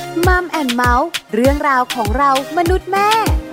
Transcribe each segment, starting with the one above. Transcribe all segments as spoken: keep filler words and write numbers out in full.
มัมแอนด์เมาส์เรื่องราวของเรามนุษย์แม่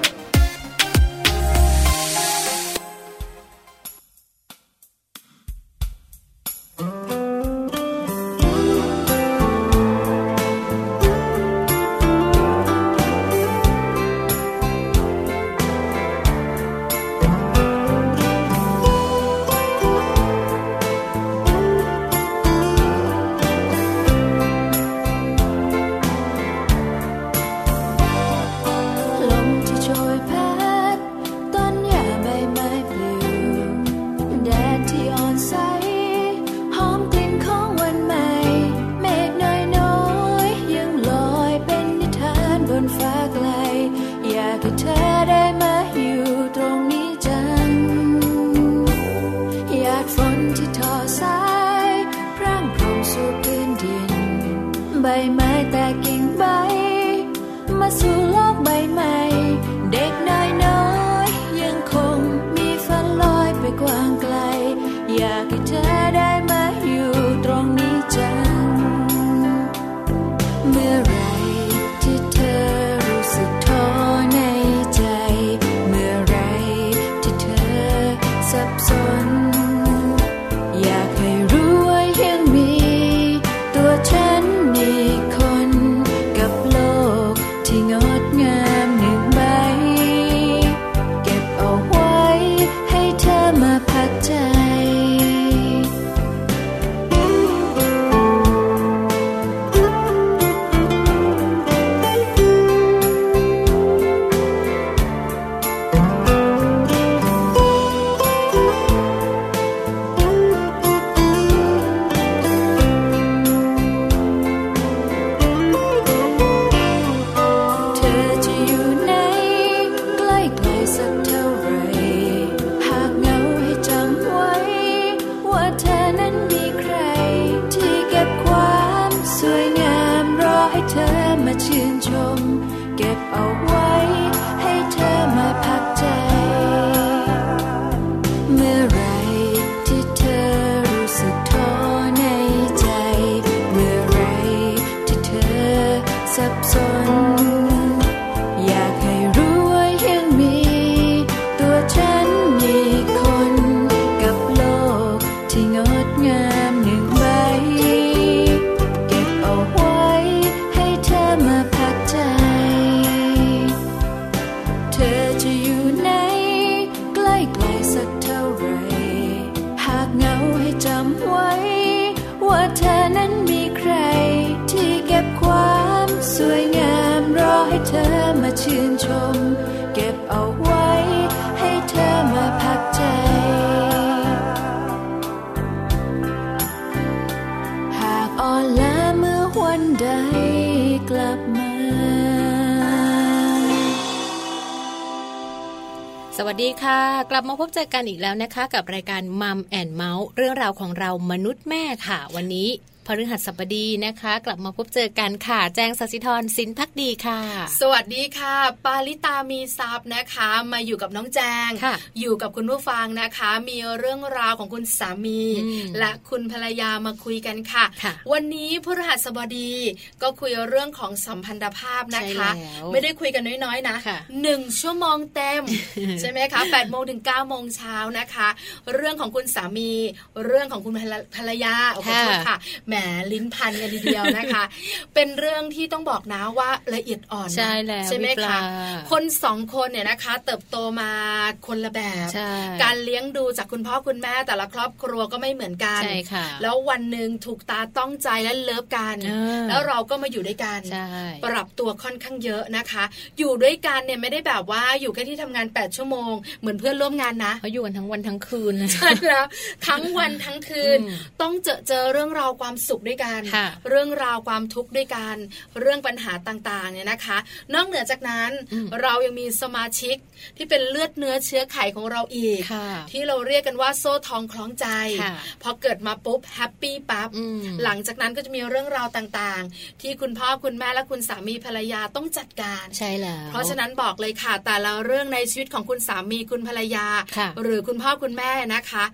สวัสดีค่ะกลับมาพบเจอกันอีกแล้วนะคะกับรายการมัมแอนด์เมาส์เรื่องราวของเรามนุษย์แม่ค่ะวันนี้พฤหัสบดีนะคะกลับมาพบเจอกันค่ะแจงศศิธรสินภักดีค่ะสวัสดีค่ะปาริตามีซับนะคะมาอยู่กับน้องแจงอยู่กับคุณผู้ฟังนะคะมีเรื่องราวของคุณสามีและคุณภรรยามาคุยกันค่ะวันนี้พฤหัสบดีก็คุยเรื่องของสัมพันธภาพนะคะไม่ได้คุยกันน้อยๆนะหนึ่งชั่วโมงเต็ม ใช่ไหมคะแปดโมงถึงเก้าโมงเช้านะคะเรื่องของคุณสามีเรื่องของคุณภรรยาขอโทษค่ะแหมลิ้นพันกันทีเดียวนะคะ เป็นเรื่องที่ต้องบอกนะว่าละเอียดอ่อนใช่แล้วใช่ไหมคะคนสองคนเนี่ยนะคะเติบโตมาคนละแบบการเลี้ยงดูจากคุณพ่อคุณแม่แต่ละครอบครัวก็ไม่เหมือนกันแล้ววันหนึ่งถูกตาต้องใจและเลิฟกันแล้วเราก็มาอยู่ด้วยกันปรับตัวค่อนข้างเยอะนะคะอยู่ด้วยกันเนี่ยไม่ได้แบบว่าอยู่แค่ที่ทำงานแปดชั่วโมงเหมือนเพื่อนร่วมงานนะเขาอยู่กันทั้งวันทั้งคืนใช่แล้วทั้งวันทั้งคืนต้องเจอเจอเรื่องราวความสุขด้วยกันเรื่องราวความทุกข์ด้วยกันเรื่องปัญหาต่างๆเนี่ยนะคะนอกเหนือจากนั้นเรายังมีสมาชิกที่เป็นเลือดเนื้อเชื้อไขของเราอีกที่เราเรียกกันว่าโซ่ทองคล้องใจพอเกิดมาปุ๊บแฮปปี้ปั๊บหลังจากนั้นก็จะมีเรื่องราวต่างๆที่คุณพ่อคุณแม่และคุณสามีภรรยาต้องจัดการใช่แล้วเพราะฉะนั้นบอกเลยค่ะแต่ละเรื่องในชีวิตของคุณสามีคุณภรรยาหรือคุณพ่อคุณแม่นะคะ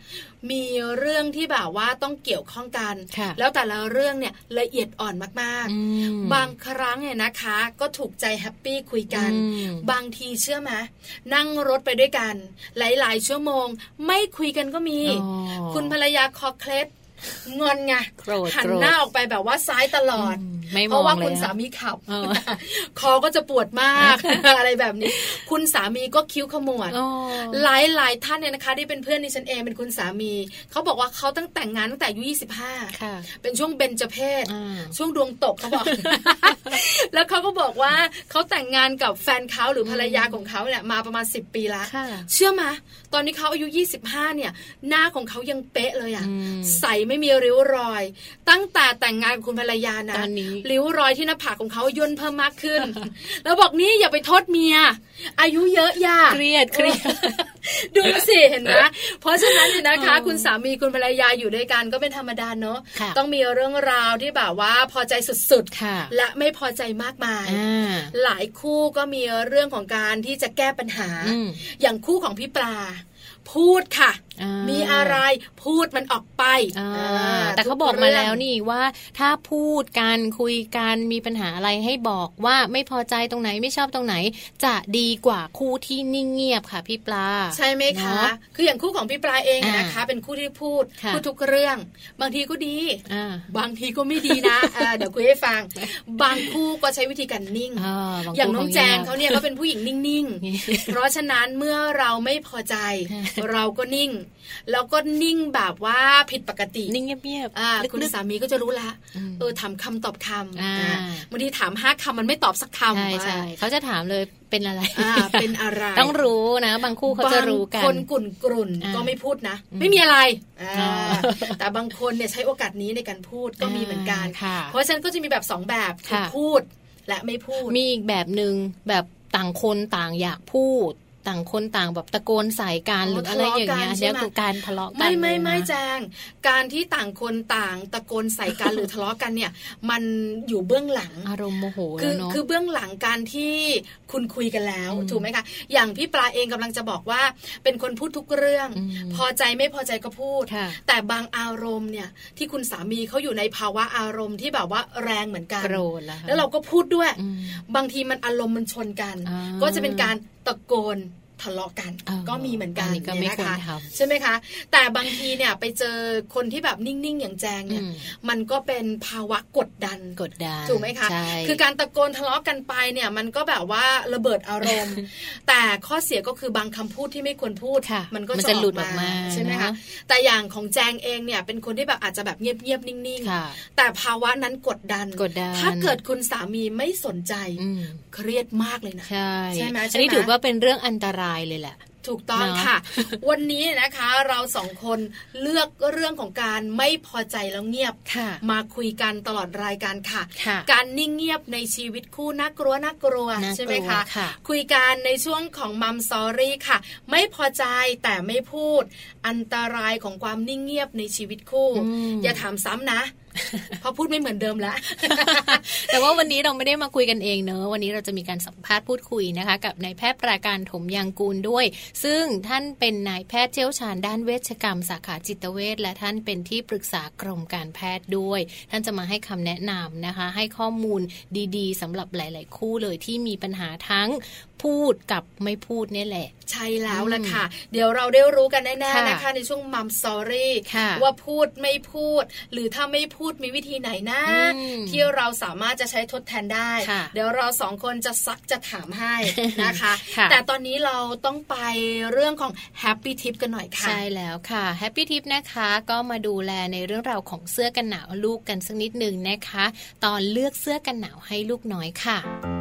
มีเรื่องที่แบบว่าต้องเกี่ยวข้องกันแล้วแต่ละเรื่องเนี่ยละเอียดอ่อนมากๆบางครั้งเนี่ยนะคะก็ถูกใจแฮปปี้คุยกันบางทีเชื่อไหมนั่งรถไปด้วยกันหลายๆชั่วโมงไม่คุยกันก็มีคุณภรรยาคอเคล็ดงอนไงหันหน้าออกไปแบบว่าซ้ายตลอดเพราะว่าคุณสามีขับคอก็จะปวดมาก อะไรแบบนี้คุณสามีก็คิ้วขมวดหลายหลายท่านเนี่ยนะคะที่เป็นเพื่อนดิฉันเองเป็นคุณสามีเขาบอกว่าเขาตั้งแต่งงานตั้งแต่อายุยี่สิบห้าเป็นช่วงเบญจเพศช่วงดวงตกเขาบอก แล้วเขาก็บอกว่าเขาแต่งงานกับแฟนเขาหรือภรรยาของเขาเนี่ยมาประมาณสิบปีละเชื่อไหมตอนนี้เขาอายุยี่สิบห้าเนี่ยหน้าของเขายังเป๊ะเลยอ่ะใสไม่มีริ้วรอยตั้งแต่แต่งงานกับคุณภรรยานะริ้วรอยที่หน้าผากของเขาย่นเพิ่มมากขึ้น แล้วบอกนี่อย่าไปโทษเมียอายุเยอะย่าเครียดเครียดดูสิเห็นไหมเพราะฉะนั้นเนี่ยนะคะคุณสามีคุณภรรยาอยู่ด้วยกันก็เป็นธรรมดาเนอะต้องมีเรื่องราวที่แบบว่าพอใจสุดๆและไม่พอใจมากมายหลายคู่ก็มีเรื่องของการที่จะแก้ปัญหาอย่างคู่ของพี่ปลาพูดค่ะมีอะไรพูดมันออกไปแต่เขาบอกมาแล้วนี่ว่าถ้าพูดกันคุยกันมีปัญหาอะไรให้บอกว่าไม่พอใจตรงไหนไม่ชอบตรงไหนจะดีกว่าคู่ที่นิ่งเงียบค่ะพี่ปลาใช่ไหมคะคืออย่างคู่ของพี่ปลาเองนะคะเป็นคู่ที่พูดพูดทุกเรื่องบางทีก็ดีบางทีก็ไม่ดีนะเดี๋ยวคุยให้ฟังบางคู่ก็ใช้วิธีการนิ่งอย่างน้องแจงเขาเนี่ยเขาเป็นผู้หญิงนิ่งๆเพราะฉะนั้นเมื่อเราไม่พอใจเราก็นิ่งแล้วก็นิ่งแบบว่าผิดปกตินิ่งเงียบๆคุณสามีก็จะรู้ละเออถามคำตอบคำบางทีถามห้าคำมันไม่ตอบสักคำใช่ใช่เขาจะถามเลยเป็นอะไรเป็นอะไรต้องรู้นะบางคู่เขาจะรู้กันคนกุ่นกรุ่นก็ไม่พูดนะไม่มีอะไรแต่บางคนเนี่ยใช้โอกาสนี้ในการพูดก็มีเหมือนกันเพราะฉะนั้นก็จะมีแบบสองแบบคือพูดและไม่พูดมีอีกแบบนึงแบบต่างคนต่างอยากพูดต่างคนต่างแบบตะโกนใส่กันหรืออะไรอย่างเงี้ยเนี่ยคือการทะเลาะกันไม่ไม่ไม่แจงการที่ต่างคนต่างตะโกนใส่กันหรือทะเลาะกันเนี่ยมันอยู่เบื้องหลังอารมณ์โมโหคือคือเบื้องหลังการที่คุณคุยกันแล้วถูกไหมคะอย่างพี่ปลาเองกำลังจะบอกว่าเป็นคนพูดทุกเรื่องพอใจไม่พอใจก็พูดแต่บางอารมณ์เนี่ยที่คุณสามีเขาอยู่ในภาวะอารมณ์ที่แบบว่าแรงเหมือนกันแล้วเราก็พูดด้วยบางทีมันอารมณ์มันชนกันก็จะเป็นการตะโกนทะเลาะกันก็มีเหมือนกันเนี่ยนะคะใช่ไหมคะแต่บางทีเนี่ยไปเจอคนที่แบบนิ่งๆอย่างแจงเนี่ยมันก็เป็นภาวะกดดันกดดันถูกไหมคะคือการตะโกนทะเลาะกันไปเนี่ยมันก็แบบว่าระเบิดอารมณ์แต่ข้อเสียก็คือบางคำพูดที่ไม่ควรพูดมันก็จะหลุดออกมาใช่ไหมคะแต่อย่างของแจงเองเนี่ยเป็นคนที่แบบอาจจะแบบเงียบๆนิ่งๆแต่ภาวะนั้นกดดันถ้าเกิดคุณสามีไม่สนใจเครียดมากเลยนะใช่ไหมอันนี้ถือว่าเป็นเรื่องอันตรายเลยแหละถูกต้องค่ะ วันนี้นะคะเราสองคนเลือกเรื่องของการไม่พอใจแล้วเงียบมาคุยกันตลอดรายการค่ะการนิ่งเงียบในชีวิตคู่น่ากลัวน่ากลัวใช่ไหมคะคุยกันในช่วงของมัมซอรี่ค่ะไม่พอใจแต่ไม่พูดอันตรายของความนิ่งเงียบในชีวิตคู่อย่าถามซ้ำนะเพราะพูดไม่เหมือนเดิมแล้วแต่ว่าวันนี้เราไม่ได้มาคุยกันเองเนอะวันนี้เราจะมีการสัมภาษณ์พูดคุยนะคะกับนายแพทย์ปราการถมยังกูลด้วยซึ่งท่านเป็นนายแพทย์เชี่ยวชาญด้านเวชกรรมสาขาจิตเวชและท่านเป็นที่ปรึกษากรมการแพทย์ด้วยท่านจะมาให้คำแนะนำนะคะให้ข้อมูลดีๆสำหรับหลายๆคู่เลยที่มีปัญหาทั้งพูดกับไม่พูดนี่แหละใช่แล้วล่ะค่ะเดี๋ยวเราได้รู้กันแน่ๆนะคะในช่วงมัมสอรี่ว่าพูดไม่พูดหรือถ้าไม่พูดมีวิธีไหนนะที่เราสามารถจะใช้ทดแทนได้เดี๋ยวเราสองคนจะซักจะถามให้นะคะแต่ตอนนี้เราต้องไปเรื่องของแฮปปี้ทิปกันหน่อยค่ะใช่แล้วค่ะแฮปปี้ทิปนะคะก็มาดูแลในเรื่องราวของเสื้อกันหนาวลูกกันสักนิดนึงนะคะตอนเลือกเสื้อกันหนาวให้ลูกน้อยค่ะ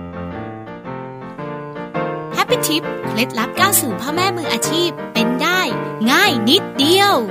แฮปปี้ทิปเคล็ดลับก้าวสู่พ่อแม่มืออาชีพเป็นได้ง่ายนิดเดียว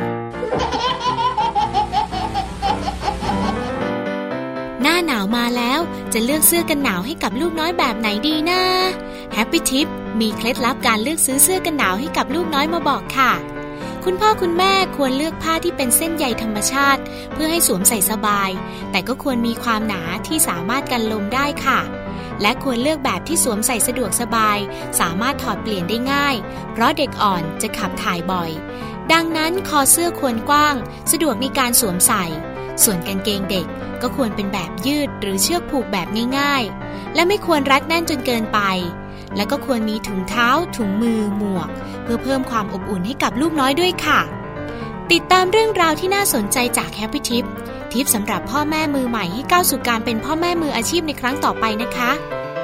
หน้าหนาวมาแล้วจะเลือกเสื้อกันหนาวให้กับลูกน้อยแบบไหนดีนะแฮปปี้ทิปมีเคล็ดลับการเลือกซื้อเสื้อกันหนาวให้กับลูกน้อยมาบอกค่ะคุณพ่อคุณแม่ควรเลือกผ้าที่เป็นเส้นใยธรรมชาติเพื่อให้สวมใส่สบายแต่ก็ควรมีความหนาที่สามารถกันลมได้ค่ะและควรเลือกแบบที่สวมใส่สะดวกสบายสามารถถอดเปลี่ยนได้ง่ายเพราะเด็กอ่อนจะขับถ่ายบ่อยดังนั้นคอเสื้อควรกว้างสะดวกในการสวมใส่ส่วนกางเกงเด็กก็ควรเป็นแบบยืดหรือเชือกผูกแบบง่ายๆและไม่ควรรัดแน่นจนเกินไปและก็ควรมีถุงเท้าถุงมือหมวกเพื่อเพิ่มความอบอุ่นให้กับลูกน้อยด้วยค่ะติดตามเรื่องราวที่น่าสนใจจาก Happy Tip ทิปสำหรับพ่อแม่มือใหม่ให้ก้าวสู่การเป็นพ่อแม่มืออาชีพในครั้งต่อไปนะคะ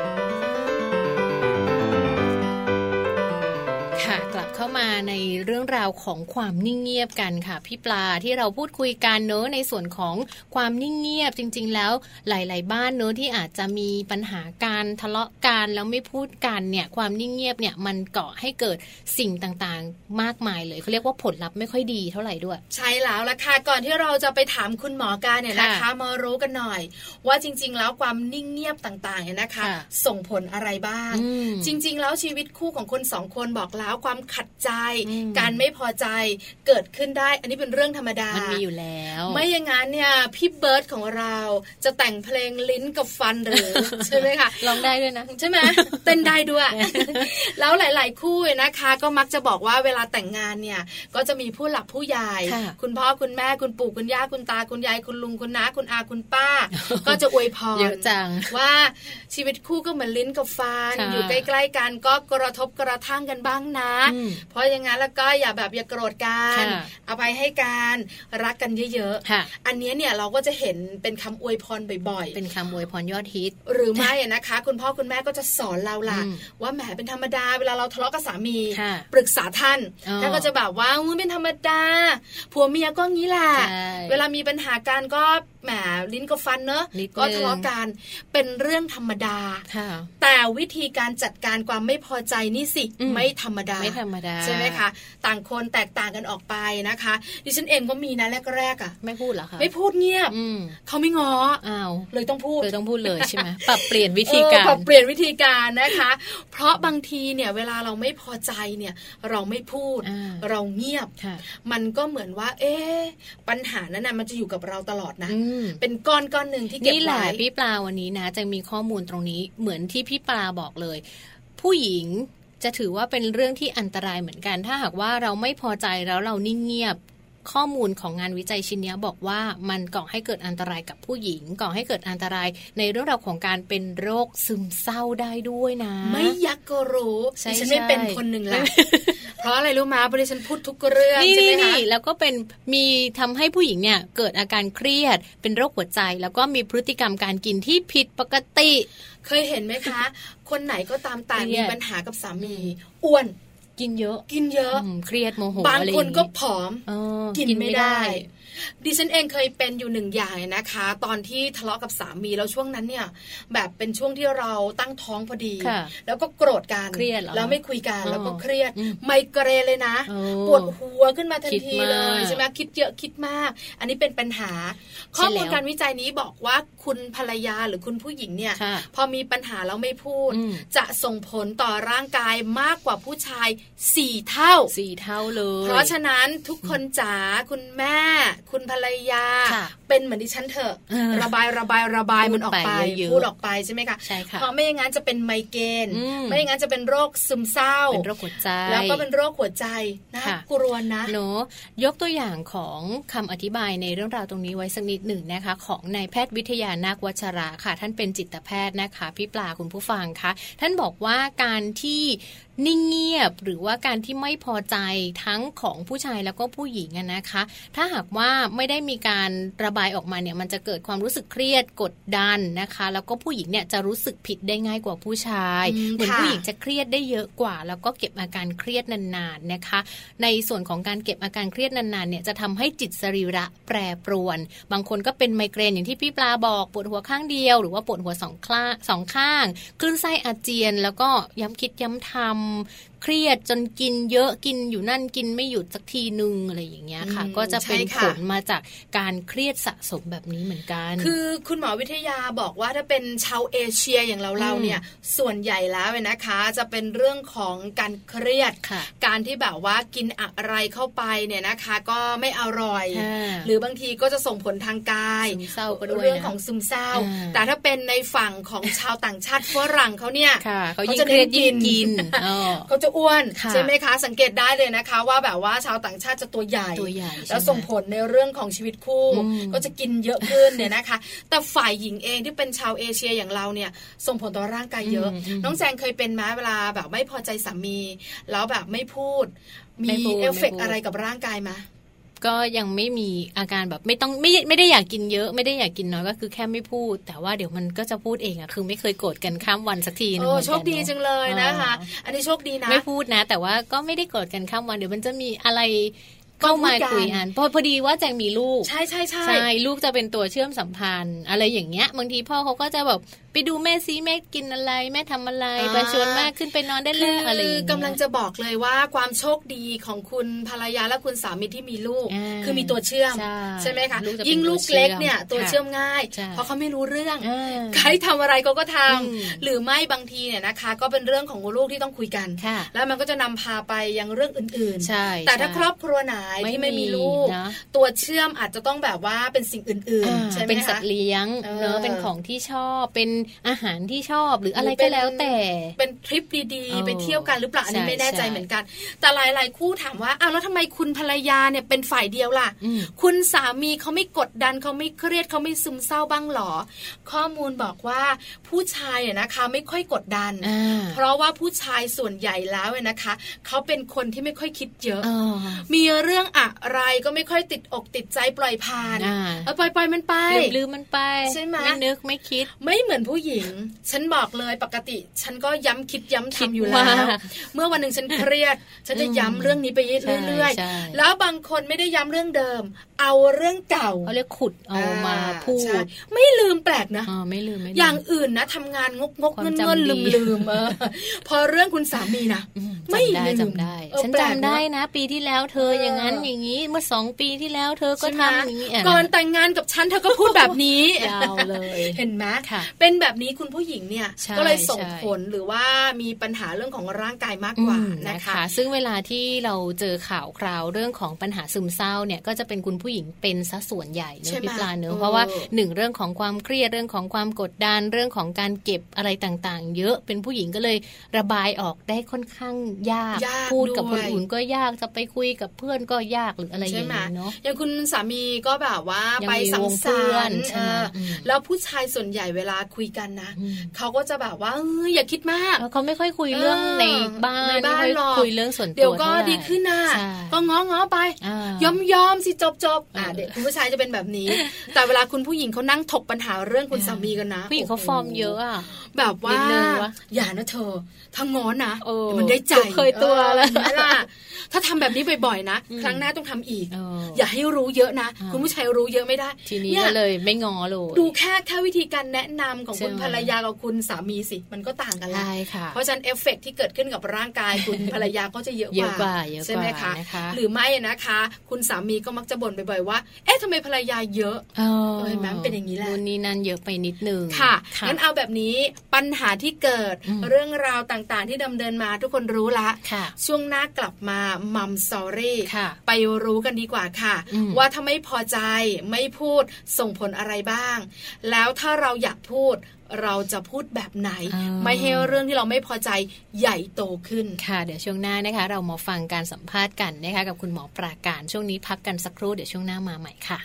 ค่ะกลับเข้ามาในเรื่องราวของความนิ่งเงียบกันค่ะพี่ปลาที่เราพูดคุยกันเนอะในส่วนของความนิ่งเงียบจริงๆแล้วหลายๆบ้านเนอะที่อาจจะมีปัญหาการทะเลาะกันแล้วไม่พูดกันเนี่ยความนิ่งเงียบเนี่ยมันก่อให้เกิดสิ่งต่างๆมากมายเลยเขาเรียกว่าผลลัพธ์ไม่ค่อยดีเท่าไหร่ด้วยใช่แล้วล่ะค่ะก่อนที่เราจะไปถามคุณหมอการเนี่ยนะคะมารู้กันหน่อยว่าจริงๆแล้วความนิ่งเงียบต่างๆเนี่ยนะคะส่งผลอะไรบ้างจริงๆแล้วชีวิตคู่ของคนสองคนบอกแล้วความขัดใจการไม่พอใจเกิดขึ้นได้อันนี้เป็นเรื่องธรรมดามันมีอยู่แล้วไม่อย่างนั้นเนี่ยพี่เบิร์ดของเราจะแต่งเพลงลิ้นกับฟันหรือใช่ไหมคะร้องได้ด้วยนะใช่ไหมเต้นได้ด้วย แล้วหลายๆคู่นะคะก็มักจะบอกว่าเวลาแต่งงานเนี่ยก็จะมีผู้หลักผู้ใหญ่คุณพ่อคุณแม่คุณปู่คุณย่าคุณตาคุณยายคุณลุงคุณน้าคุณอาคุณป้าก็จะอวยพรเยอะจังว่าชีวิตคู่ก็เหมือนลิ้นกับฟันอยู่ใกล้ๆกันก็กระทบกระทั่งกันบ้างนะเพราะอย่างนั้นแล้วก็อย่าแบบอย่าโกรธกันเอาไปให้การรักกันเยอะๆอันนี้เนี่ยเราก็จะเห็นเป็นคำอวยพรบ่อยๆเป็นคำอวยพรยอดฮิตหรือไม่นะคะคุณพ่อคุณแม่ก็จะสอนเราล่ะว่าแหมเป็นธรรมดาเวลาเราทะเลาะกับสามีปรึกษาท่านท่านก็จะแบบว่าเป็นธรรมดาผัวเมียก็งี้แหละเวลามีปัญหากันก็แหมลิ้นกับฟันเนอะก็ทะเลาะกันเป็นเรื่องธรรมดาแต่วิธีการจัดการความไม่พอใจนี่สิไม่ธรรมดาไม่ธรรมดาใช่ไหมคะต่างคนแตกต่างกันออกไปนะคะดิฉันเองก็มีนะแรกๆอ่ะไม่พูดเหรอคะไม่พูดเงียบเขาไม่ง้ออ้าวเลยต้องพูดเลยต้องพูดเลยใช่ไหมปรับเปลี่ยนวิธีการปรับเปลี่ยนวิธีการนะคะเพราะบางทีเนี่ยเวลาเราไม่พอใจเนี่ยเราไม่พูดเราเงียบมันก็เหมือนว่าเอ๊ะปัญหานั้นน่ะมันจะอยู่กับเราตลอดนะเป็นก้อนก้อนหนึ่งที่เก็บไว้นี่แหละพี่ปลาวันนี้นะจะมีข้อมูลตรงนี้เหมือนที่พี่ปลาบอกเลยผู้หญิงจะถือว่าเป็นเรื่องที่อันตรายเหมือนกันถ้าหากว่าเราไม่พอใจแล้วเรานิ่งเงียบข้อมูลของงานวิจัยชิ้นนี้บอกว่ามันก่อให้เกิดอันตรายกับผู้หญิงก่อให้เกิดอันตรายในเรื่องราวของการเป็นโรคซึมเศร้าได้ด้วยนะไม่ยักก็รู้ดิฉันไม่เป็นคนหนึ่งแหละเพราะอะไรรู้มาบริฉันพูดทุกเรื่องใช่ไหมคะแล้วก็เป็นมีทำให้ผู้หญิงเนี่ยเกิดอาการเครียดเป็นโรคหัวใจแล้วก็มีพฤติกรรมการกินที่ผิดปกติเคยเห็นไหมคะ คนไหนก็ตามแต่มีปัญหากับสามีอ้วนกินเยอะกินเยอะเครียดโมโหบางคนก็ผอมกินไม่ได้ดิฉันเองเคยเป็นอยู่หนึ่งอย่างนะคะตอนที่ทะเลาะกับสามีแล้วช่วงนั้นเนี่ยแบบเป็นช่วงที่เราตั้งท้องพอดีแล้วก็โกรธกันแล้วไม่คุยกันแล้วก็เครียดไมเกรนเลยนะปวดหัวขึ้นมาทันทีเลยใช่ไหมคิดเยอะคิดมากอันนี้เป็นปัญหาข้อมูลการวิจัยนี้บอกว่าคุณภรรยาหรือคุณผู้หญิงเนี่ยพอมีปัญหาแล้วไม่พูดจะส่งผลต่อร่างกายมากกว่าผู้ชายสี่เท่าสี่เท่าเลยเพราะฉะนั้นทุกคนจ๋าคุณแม่คุณภรรยาเป็นเหมือนดิฉันเถอะระบายระบายระบายมันออกไปพูดออกไปใช่ไหมคะเพราะไม่อย่างนั้นจะเป็นไมเกรนไม่อย่างนั้นจะเป็นโรคซึมเศร้าเป็นโรคหัวใจแล้วก็เป็นโรคหัวใจนะกลัวนะเนาะยกตัวอย่างของคำอธิบายในเรื่องราวตรงนี้ไว้สักนิดหนึ่งนะคะของนายแพทย์วิทยานาควัชระค่ะท่านเป็นจิตแพทย์นะคะพี่ปลาคุณผู้ฟังคะท่านบอกว่าการที่นิ่งเงียบหรือว่าการที่ไม่พอใจทั้งของผู้ชายแล้วก็ผู้หญิงนะคะถ้าหากว่าไม่ได้มีการระบายออกมาเนี่ยมันจะเกิดความรู้สึกเครียดกดดันนะคะแล้วก็ผู้หญิงเนี่ยจะรู้สึกผิดได้ง่ายกว่าผู้ชายเหมือนผู้หญิงจะเครียดได้เยอะกว่าแล้วก็เก็บอาการเครียดนานๆนะคะในส่วนของการเก็บอาการเครียดนานๆเนี่ยจะทำให้จิตสรีระแปรปรวนบางคนก็เป็นไมเกรนอย่างที่พี่ปลาบอกปวดหัวข้างเดียวหรือว่าปวดหัวสองข้างสองข้างคลื่นไส้อาเจียนแล้วก็ย้ำคิดย้ำทำเครียดจนกินเยอะกินอยู่นั่นกินไม่หยุดสักทีนึงอะไรอย่างเงี้ยค่ะก็จะเป็นผลมาจากการเครียดสะสมแบบนี้เหมือนกันคือคุณหมอวิทยาบอกว่าถ้าเป็นชาวเอเชียอย่างเราเราเนี่ยส่วนใหญ่แล้วนะคะจะเป็นเรื่องของการเครียดการที่แบบว่ากินอะไรเข้าไปเนี่ยนะคะก็ไม่อร่อยหรือบางทีก็จะส่งผลทางกายเรื่องของซึมเศร้าแต่ถ้าเป็นในฝั่งของชาวต่างชาติฝรั่งเขาเนี่ยเขาจะเครียดยิ่งกินเขาจะจะอ้วนใช่ไหมคะสังเกตได้เลยนะคะว่าแบบว่าชาวต่างชาติจะตัวใหญ่แล้วส่งผลในเรื่องของชีวิตคู่ก็จะกินเยอะขึ้นเนี่ยนะคะแต่ฝ่ายหญิงเองที่เป็นชาวเอเชียอย่างเราเนี่ยส่งผลต่อร่างกายเยอะน้องแจงเคยเป็นไหมเวลาแบบไม่พอใจสามีแล้วแบบไม่พูดมีเอฟเฟกต์อะไรกับร่างกายไหมก็ยังไม่มีอาการแบบไม่ต้องไม่ไม่ได้อยากกินเยอะไม่ได้อยากกินน้อยก็คือแค่ไม่พูดแต่ว่าเดี๋ยวมันก็จะพูดเองอะคือไม่เคยโกรธกันข้ามวันสักทีนึงโอ้โชคดีจังเลยนะคะอันนี้โชคดีนะไม่พูดนะแต่ว่าก็ไม่ได้โกรธกันข้ามวันเดี๋ยวมันจะมีอะไรเข้ามาคุยกันพอพอดีว่าแจงมีลูกใช่ใช่ใช่ใช่ลูกจะเป็นตัวเชื่อมสัมพันธ์อะไรอย่างเงี้ยบางทีพ่อเขาก็จะแบบไปดูแม่ซิแม่กินอะไรแม่ทำอะไรไปชวนแม่ขึ้นไปนอนได้เลยอะไรอย่างเงี้ยกำลังจะบอกเลยว่าความโชคดีของคุณภรรยาและคุณสามีที่มีลูกคือมีตัวเชื่อมใช่ไหมคะยิ่งลูกเล็กเนี่ยตัวเชื่อมง่ายเพราะเขาไม่รู้เรื่องใครทำอะไรเขาก็ทำหรือไม่บางทีเนี่ยนะคะก็เป็นเรื่องของลูกที่ต้องคุยกันแล้วมันก็จะนำพาไปยังเรื่องอื่นๆแต่ถ้าครอบครัวไหนที่ไม่มีลูกตัวเชื่อมอาจจะต้องแบบว่าเป็นสิ่งอื่นๆใช่ไหมคะเป็นสัตว์เลี้ยงเนอะเป็นของที่ชอบเป็นอาหารที่ชอบหรืออะไรก็แล้วแต่เป็นทริปดีๆไปเที่ยวกันหรือเปล่าอันนี้ไม่แน่ใจเหมือนกันแต่หลายๆคู่ถามว่าอ้าวแล้วทำไมคุณภรรยาเนี่ยเป็นฝ่ายเดียวล่ะคุณสามีเขาไม่กดดันเขาไม่เครียดเขาไม่ซึมเศร้าบ้างหรอข้อมูลบอกว่าผู้ชายเนี่ยนะคะไม่ค่อยกดดันเพราะว่าผู้ชายส่วนใหญ่แล้วเนี่ยนะคะเขาเป็นคนที่ไม่ค่อยคิดเยอะมีเรื่องอะไรก็ไม่ค่อยติดอกติดใจปล่อยผ่านเอาปล่อยปล่อยมันไปลืมมันไปใช่ไหมไม่นึกไม่คิดไม่เหมือนผู้หญิงฉันบอกเลยปกติฉันก็ย้ำคิดย้ำทำอยู่แล้วเมื่อวันหนึ่งฉันเครียดฉันจะย้ำเรื่องนี้ไปเรื่อยๆแล้วบางคนไม่ได้ย้ำเรื่องเดิมเอาเรื่องเก่าเขาเรียกขุดเอามาพูดไม่ลืมแปลกนะไม่ลืมอย่างอื่นนะทำงานงกงกเงินเงินลืมลืมเออพอเรื่องคุณสามีนะไม่ลืมจำได้ฉันจำได้นะปีที่แล้วเธออย่างนั้นอย่างนี้เมื่อสองปีที่แล้วเธอก็ทำอย่างนี้ก่อนแต่งงานกับฉันเธอก็พูดแบบนี้ยาวเลยเห็นไหมเป็นแบบนี้คุณผู้หญิงเนี่ยก็เลยส่งผลหรือว่ามีปัญหาเรื่องของร่างกายมากกว่านะคะซึ่งเวลาที่เราเจอข่าวคราวเรื่องของปัญหาซึมเศร้าเนี่ยก็จะเป็นคุณผู้หญิงเป็นซะส่วนใหญ่เนอะพี่ปลาเนอะเพราะว่าหนึ่งเรื่องของความเครียดเรื่องของความกดดันเรื่องของการเก็บอะไรต่างๆเยอะเป็นผู้หญิงก็เลยระบายออกได้ค่อนข้างยากพูดกับคนอื่นก็ยากจะไปคุยกับเพื่อนก็ยากหรืออะไรอย่างนี้เนาะอย่างคุณสามีก็แบบว่าไปสังสรรค์แล้วผู้ชายส่วนใหญ่เวลาคุยกันนะเขาก็จะแบบว่าเอออย่าคิดมากเขาไม่ค่อยคุยเรื่องในบ้านไม่ค่อยคุยเรื่องส่วนตัวเดี๋ยวก็ดีขึ้นนะก็ง้อง้อไปยอมยอมสิจบจบอ่าเด็กคุณผู้ชายจะเป็นแบบนี้แต่เวลาคุณผู้หญิงเขานั่งถกปัญหาเรื่องคุณสามีกันนะผู้หญิงเขาฟอร์มเยอะอ่ะแบบว่าอย่านะเธอถ้าง้อนะมันได้ใจเคยตัวแล้วล่ะถ้าทำแบบนี้บ่อยๆนะครั้งหน้าต้องทำอีกอย่าให้รู้เยอะนะคุณผู้ชายรู้เยอะไม่ได้ทีนี้ก็เลยไม่ง้อเลยดูแค่แค่วิธีการแนะนำของคุณภรรยากับคุณสามีสิมันก็ต่างกันแล้วเพราะฉะนั้นเอฟเฟกต์ที่เกิดขึ้นกับร่างกายคุณภรรยาก็จะเยอะกว่าใช่ไหมคะหรือไม่นะคะคุณสามีก็มักจะบ่นบ่อยๆว่าเอ๊ะทำไมภรรยาเยอะเห็นไหมเป็นอย่างนี้แหละนู่นนี่นั่นเยอะไปนิดนึงค่ะงั้นเอาแบบนี้ปัญหาที่เกิดเรื่องราวต่างๆที่ดำเนินมาทุกคนรู้ละช่วงหน้ากลับมามัมสตอรี่ไปรู้กันดีกว่าค่ะว่าถ้าไม่พอใจไม่พูดส่งผลอะไรบ้างแล้วถ้าเราอยากพูดเราจะพูดแบบไหนไม่ให้เรื่องที่เราไม่พอใจใหญ่โตขึ้นค่ะเดี๋ยวช่วงหน้านะคะเรามาฟังการสัมภาษณ์กันนะคะกับคุณหมอปราการช่วงนี้พักกันสักครู่เดี๋ยวช่วงหน้ามาใหม่ค่ะ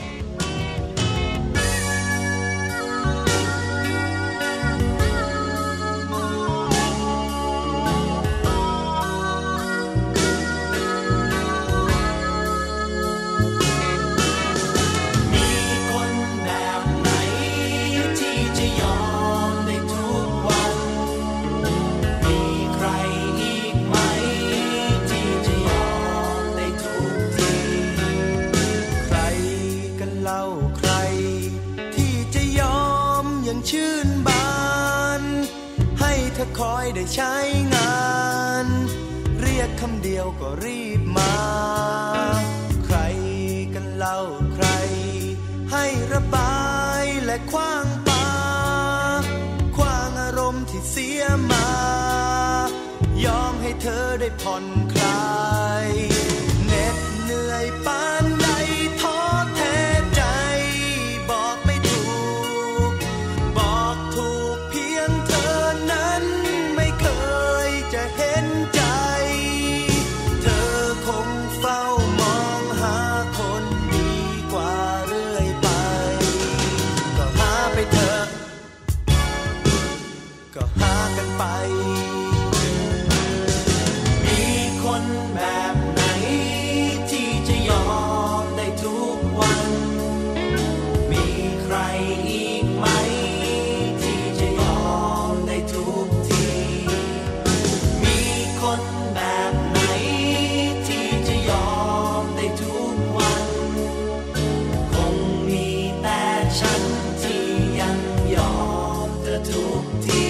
ชื่นบานให้เธอคอยได้ใช้งานเรียกคำเดียวก็รีบมาใครกันเล่าใครให้ระบายและขว้างปาขว้างอารมณ์ที่เสียมายอมให้เธอได้ผ่อนคลายเหน็ดเหนื่อยปานใดท้อแท้ใจบอกไม่ถูกบอกถูกเพียงเธอนั้นไม่เคยจะเห็นใจก็หากันไปมีคนแบบไหนที่จะยอมได้ทุกวันมีใครอีกไหมที่จะยอมได้ทุกทีมีคนแบบไหนที่จะยอมได้ทุกวันคงมีแต่ฉันที่ยังยอมเธอทุกที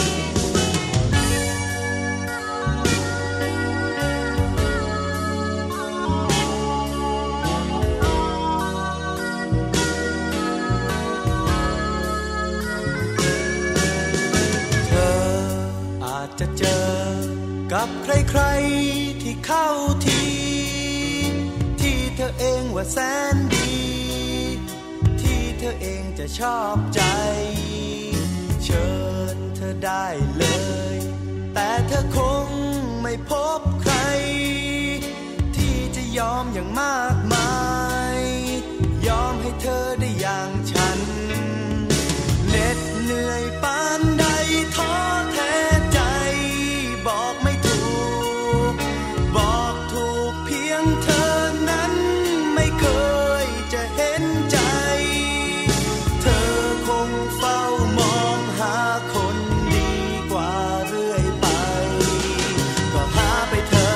จะเจอกับใครๆที่เข้าทีที่เธอเองว่าแสนดีที่เธอเองจะชอบใจเชิญเธอได้เลยแต่เธอคงไม่พบใครที่จะยอมอย่างมากมายยอมให้เธอได้อย่างฉันเหน็ดเหนื่อยปานใดท้อแท้บอกไม่ถูกบอกถูกเพียงเธอนั้นไม่เคยจะเห็นใจเธอคงเฝ้ามองหาคนดีกว่าเรื่อยไปก็หาไปเถอะ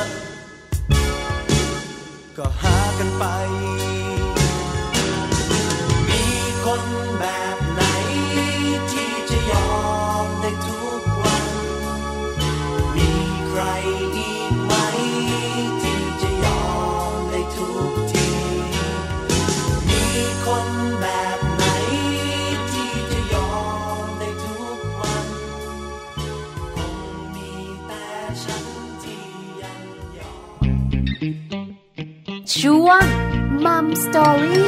ก็หากันไปมีคนแบบไหนที่จะยอมได้ทุกวันมีใครอีกไหมที่จะยอมได้ทุกทีมีคนแบบไหนที่จะยอมได้ทุกวันคงมีแต่ฉันที่ยังยอมช่วง Mum Story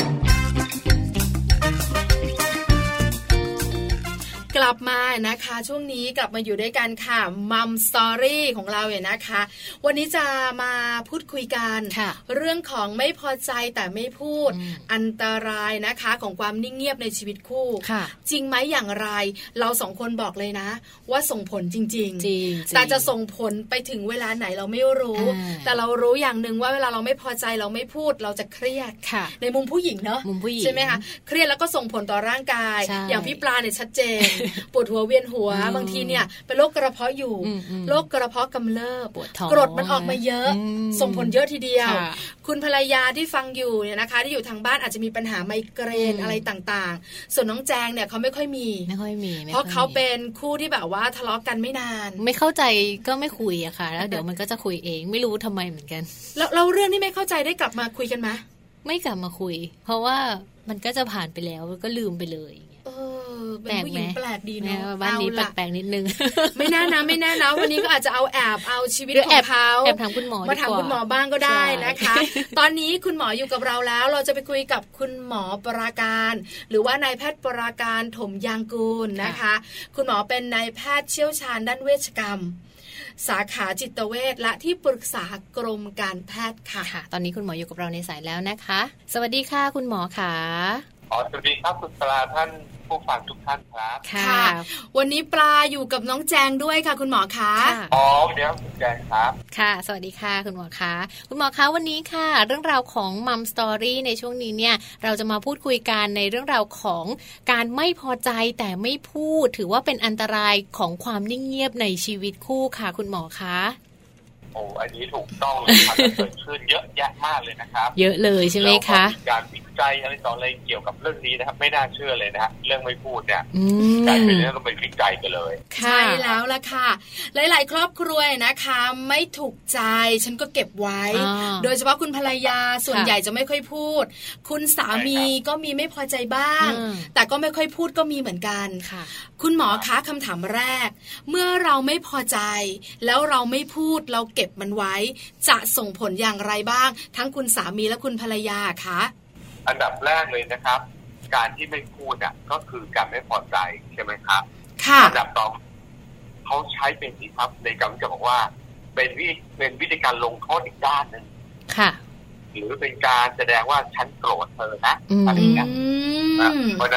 กลับมานะคะช่วงนี้กลับมาอยู่ด้วยกันค่ะมัมสตอรี่ของเราเนี่ยนะคะวันนี้จะมาพูดคุยกันเรื่องของไม่พอใจแต่ไม่พูดอันตรายนะคะของความนิ่งเงียบในชีวิตคู่จริงไหมอย่างไรเราสองคนบอกเลยนะว่าส่งผลจริงๆจริงแต่จะส่งผลไปถึงเวลาไหนเราไม่รู้แต่เรารู้อย่างนึงว่าเวลาเราไม่พอใจเราไม่พูดเราจะเครียดในมุมผู้หญิงเนาะใช่ไหมคะเครียดแล้วก็ส่งผลต่อร่างกายอย่างพี่ปลาเนี่ยชัดเจนปวดหัวเวียนหัวบางทีเนี่ยเป็นโรคกระเพาะอยู่โรคกระเพาะกำเริบกรดมันออกมาเยอะส่งผลเยอะทีเดียวคุณภรรยาที่ฟังอยู่เนี่ยนะคะที่อยู่ทางบ้านอาจจะมีปัญหาไมเกรนอะไรต่างๆส่วนน้องแจงเนี่ยเขาไม่ค่อยมีไม่ค่อยมีเพราะเขาเป็นคู่ที่แบบว่าทะเลาะกันไม่นานไม่เข้าใจก็ไม่คุยอะค่ะแล้วเดี๋ยวมันก็จะคุยเองไม่รู้ทำไมเหมือนกันแล้วเราเรื่องที่ไม่เข้าใจได้กลับมาคุยกันไหมไม่กลับมาคุยเพราะว่ามันก็จะผ่านไปแล้วก็ลืมไปเลยเป็นผู้หญิงแปลกดีเนาะบ้านนี้แปลกๆนิดนึงไม่แน่นะไม่แน่นะวันนี้ก็อาจจะเอาแอบเอาชีวิตของเขาแอบถามคุณหมอมาถามคุณหมอบ้างก็ได้นะคะตอนนี้คุณหมออยู่กับเราแล้วเราจะไปคุยกับคุณหมอปราการหรือว่านายแพทย์ปราการถมยางกูลนะคะคุณหมอเป็นนายแพทย์เชี่ยวชาญด้านเวชกรรมสาขาจิตเวชและที่ปรึกษากรมการแพทย์ค่ะตอนนี้คุณหมออยู่กับเราในสายแล้วนะคะสวัสดีค่ะคุณหมอค่ะอ๋อสวัสดีครับคุณปลาท่านผู้ฟังทุกท่านครับค่ะวันนี้ปลาอยู่กับน้องแจงด้วยค่ะคุณหมอคะอ๋อเดี๋ยวคุณแจงครับค่ะสวัสดีค่ะคุณหมอคะคุณหมอคะวันนี้ค่ะเรื่องราวของมัมสตอรี่ในช่วงนี้เนี่ยเราจะมาพูดคุยกันในเรื่องราวของการไม่พอใจแต่ไม่พูดถือว่าเป็นอันตรายของความนิ่งเงียบในชีวิตคู่ค่ะคุณหมอคะโอ้อันนี้ถูกต้องเลยครับเกิดขึ้นเยอะแยะมากเลยนะครับเยอะเลยใช่ไหมคะการวิจัยอะไรต่ออะไรเกี่ยวกับเรื่องนี้นะครับไม่น่าเชื่อเลยนะฮะเรื่องไม่พูดเนี่ยกลายเป็นเรื่องต้องไปวิจัยกันเลยใช่แล้วล่ะค่ะหลายๆครอบครัวนะคะไม่ถูกใจฉันก็เก็บไว้โดยเฉพาะคุณภรรยาส่วนใหญ่จะไม่ค่อยพูดคุณสามีก็มีไม่พอใจบ้างแต่ก็ไม่ค่อยพูดก็มีเหมือนกันคุณหมอคะคำถามแรกเมื่อเราไม่พอใจแล้วเราไม่พูดเราเก็บมันไว้จะส่งผลอย่างไรบ้างทั้งคุณสามีและคุณภรรยาคะอันดับแรกเลยนะครับการที่ไม่พูดอ่ะก็คือการไม่พอใจใช่ไหมครับค่ะอันดับต่อเขาใช้เป็นที่ครับในการจะบอกว่าเป็นวิเป็นวิธีการลงโทษอีกด้านหนึ่งค่ะหรือเป็นการแสดงว่าฉันโกรธเธอนะอะไรอย่างเงี้ยเพราะนั้น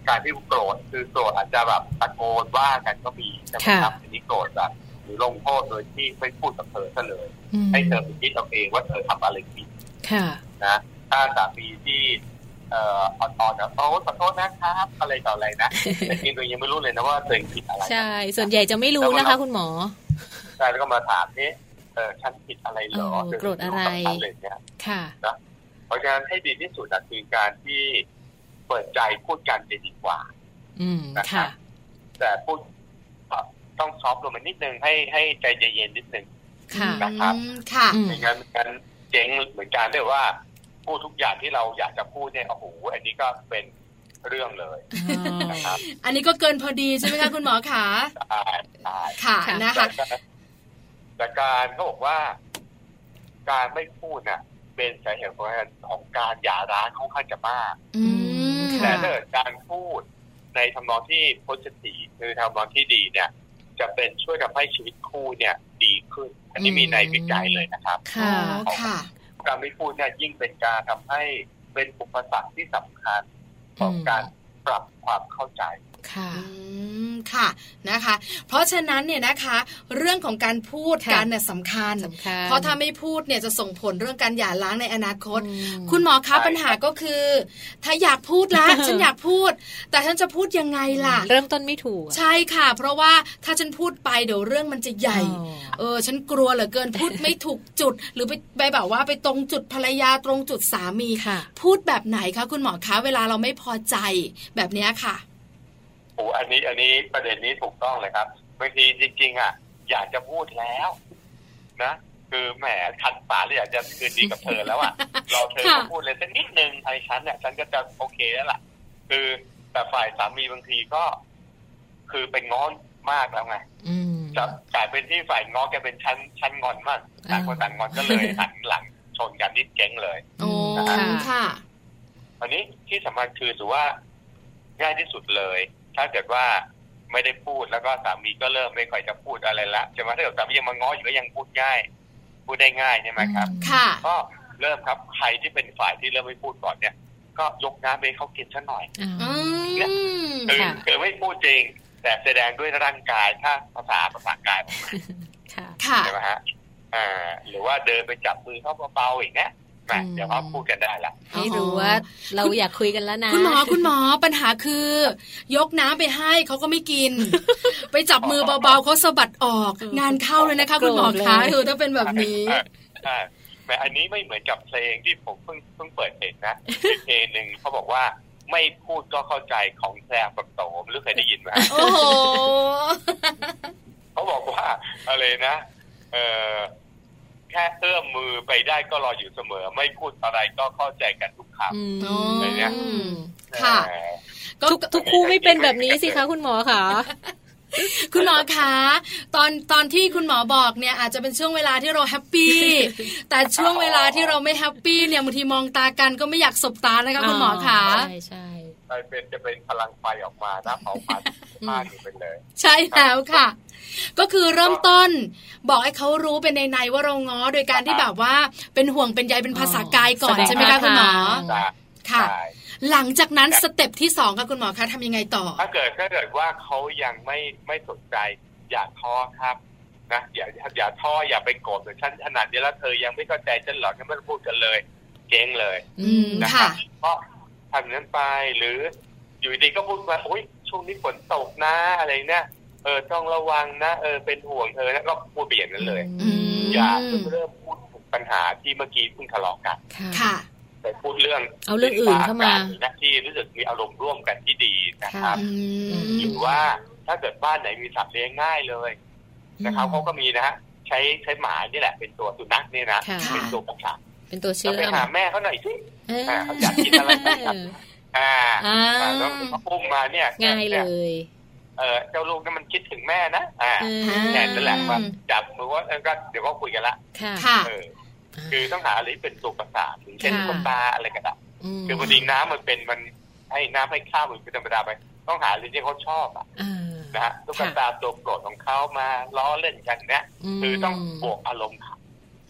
การที่โกรธคือโกรธอาจจะแบบตะโกนว่ากันก็มีใช่ไหมครับทีนี้โกรธแบบหรือลงโทษโดยที่ไม่พูดกับเธอซะเลยให้เธอไปคิดเอาเองว่าเธอทำอะไรผิดนะถ้าสามีที่เอ่ออ่อนๆนะโอ้ขอโทษนะครับอะไรต่ออะไรนะแต่จริงๆตัวยังไม่รู้เลยนะว่าตัวเองผิดอะไรใช่ส่วนใหญ่จะไม่รู้นะคะคุณหมอใช่แล้วก็มาถามนี่เออฉันผิดอะไรเหรอโกรธอะไรค่ะนะเพราะฉะนั้นให้ดีที่สุดคือการที่เปิดใจพูดกันจะดีกว่านะครับแต่พูดต้องซอฟต์ลงมานิดนึงให้ให้ใจเย็นนิดนึงนะครับค่ะไม่งั้นมันเจ๊งเหมือนกันด้วยว่าพูดทุกอย่างที่เราอยากจะพูดเนี่ยโอ้โหอันนี้ก็เป็นเรื่องเลยนะครับอันนี้ก็เกินพอดีใช่ไหมคะคุณหมอคะใช่ใช่ค่ะนะคะแต่การเขาบอกว่าการไม่พูดน่ะเป็นสาเหตุของการหย่าร้างค่อนข้างจะมากแต่ถ้าเกิดการพูดในทำนองที่โพสิทีฟคือทำนองที่ดีเนี่ยจะเป็นช่วยทำให้ชีวิตคู่เนี่ยดีขึ้นอันนี้มีในวิจัยเลยนะครับค่ะค่ะการไม่พูดเนี่ยยิ่งเป็นการทำให้เป็นอุปสรรคที่สำคัญของการปรับความเข้าใจค่ะค่ะนะคะเพราะฉะนั้นเนี่ยนะคะเรื่องของการพูดกันเนี่ยสำคัญเพราะถ้าไม่พูดเนี่ยจะส่งผลเรื่องการหย่าร้างในอนาคตคุณหมอคะปัญหาก็คือถ้าอยากพูดละ ฉันอยากพูดแต่ฉันจะพูดยังไงล่ะเริ่มต้นไม่ถูกใช่ค่ะเพราะว่าถ้าฉันพูดไปเดี๋ยวเรื่องมันจะใหญ่เออฉันกลัวเหลือเกินพูดไม่ถูกจุดหรือไปไปแบบว่าไปตรงจุดภรรยาตรงจุดสามีพูดแบบไหนคะคุณหมอคะเวลาเราไม่พอใจแบบนี้ค่ะโอ้อันนี้อันนี้ประเด็นนี้ถูกต้องเลยครับบางทีจริงๆอ่ะอยากจะพูดแล้วนะคือแหมคันปากเลยอยากจะคืนดีกับเธอแล้วอ่ะเราเธอพูดเลยสักนิดนึงไอ้ฉันเนี่ยฉันก็จะโอเคแล้วล่ะคือแต่ฝ่ายสามีบางทีก็คือเป็นงอนมากแล้วไงจะกลายเป็นที่ฝ่ายงอแกเป็นชั้นชั้นงอนมากต่างคนต่างงอนก็เลยหันหลังชนกันนิดเจ๊งเลยนะครับค่ะอันนี้ที่สำคัญคือถือว่าง่ายที่สุดเลยถ้าเกิดว่าไม่ได้พูดแล้วก็สามีก็เริ่มไม่ค่อยจะพูดอะไรละจะมาถ้าเกิดสามียังมาง้ออยู่ก็ยังพูดง่ายพูดได้ง่ายใช่ไหมครับค่ะก็เริ่มครับใครที่เป็นฝ่ายที่เริ่มไม่พูดก่อนเนี่ยก็ยกน้ำไปเขากินซะหน่อยเนี่ยคือคือไม่พูดจริงแต่แสดงด้วยร่างกายถ้าภาษาภาษากายออกมาใช่ไหมฮะอ่าหรือว่าเดินไปจับมือเขาเบาๆอย่างเงี้ยเดี๋ยวเขาพูดกันได้ละให้รู้ว่าเราอยากคุยกันแล้วนะคุณหมอคุณหมอปัญหาคือยกน้ำไปให้เขาก็ไม่กินไปจับมือเบาๆเขาสะบัดออกงานเข้าเลยนะคะคุณหมอคะคือถ้าเป็นแบบนี้ใช่แต่อันนี้ไม่เหมือนกับเพลงที่ผมเพิ่งเพิ่งเปิดเพลงนะเพลงหนึ่งเขาบอกว่าไม่พูดก็เข้าใจของแซมกับโตไม่รู้เคยได้ยินไหมโอ้โหเขาบอกว่าอะไรนะเออแค่เอื้อมมือไปได้ก็รออยู่เสมอไม่พูดอะไรก็เข้าใจกันทุกคำอะไรเนี้ยค่ะทุกทุกคู่ไม่เป็นแบบนี้สิคะคุณหมอคะคุณหมอคะตอนตอนที่คุณหมอบอกเนี่ยอาจจะเป็นช่วงเวลาที่เราแฮปปี้แต่ช่วงเวลาที่เราไม่แฮปปี้เนี่ยบางทีมองตากันก็ไม่อยากสบตานะคะคุณหมอคะใช่ใช่ไปเป็นจะเป็นพลังไฟออกมาหน้าเผาพันมากไปเลยใช่แล้วค่ะก็คือเริ่มต้นบอกให้เขารู้เป็นในๆว่าเราง้อโดยการที่แบบว่าเป็นห่วงเป็นใยเป็นภาษากายก่อนใช่ไหมคะคุณหมอค่ะหลังจากนั้นสเต็ปที่สองค่ะคุณหมอคะทำยังไงต่อถ้าเกิดถ้าเกิดว่าเขายังไม่ไม่สนใจอย่าท้อครับนะอย่าอย่าท้ออย่าไปโกรธเหมือนฉันขนาดนี้แล้วเธอยังไม่เข้าใจฉันหรอกฉันไม่พูดกันเลยเจ๊งเลยนะครับเพราะทำนั้นไปหรืออยู่ดีก็พูดว่าโอ๊ยช่วงนี้ฝนตกนะอะไรเนี่ยเออต้องระวังนะเออเป็นห่วงเธอนะก็พูดเปลี่ยนนั้นเลยอย่าเพิ่งเริ่มพูดปัญหาที่เมื่อกี้เพิ่งทะเลาะกันค่ะแต่พูดเรื่องเอาเรื่องอื่นเข้ามาที่รู้สึกมีอารมณ์ร่วมกันที่ดีนะครับหรือว่าถ้าเกิดบ้านไหนมีสัตว์เลี้ยงง่ายเลยนะครับเขาก็มีนะฮะใช้ใช้หมานี่แหละเป็นตัวสุนัขนี่นะเป็นตัวประสาทเป็นตัวเชื่อมไปหาแม่เขาหน่อยสิเขาอยากกินอะไรอ่าแล้วเขาอุ้มมาเนี่ยง่ายเลยเออเจ้าลูกนั่นมันคิดถึงแม่นะอ่าแทนนั่นแหละว่าจับมือว่าก็เดี๋ยวก็คุยกันละค่ะเออคือต้องหาอะไรเป็นตัวประสาทหรือเช่นคนตาอะไรกันอ่ะคือบางทีน้ำมันเป็นมันให้น้ำให้ข้าวมันเป็นธรรมดาไปต้องหาอะไรที่เขาชอบอ่ะนะฮะตุ๊กตาตัวโปรดของเขามาล้อเล่นกันเนี่ยคือต้องบวกอารมณ์ขับ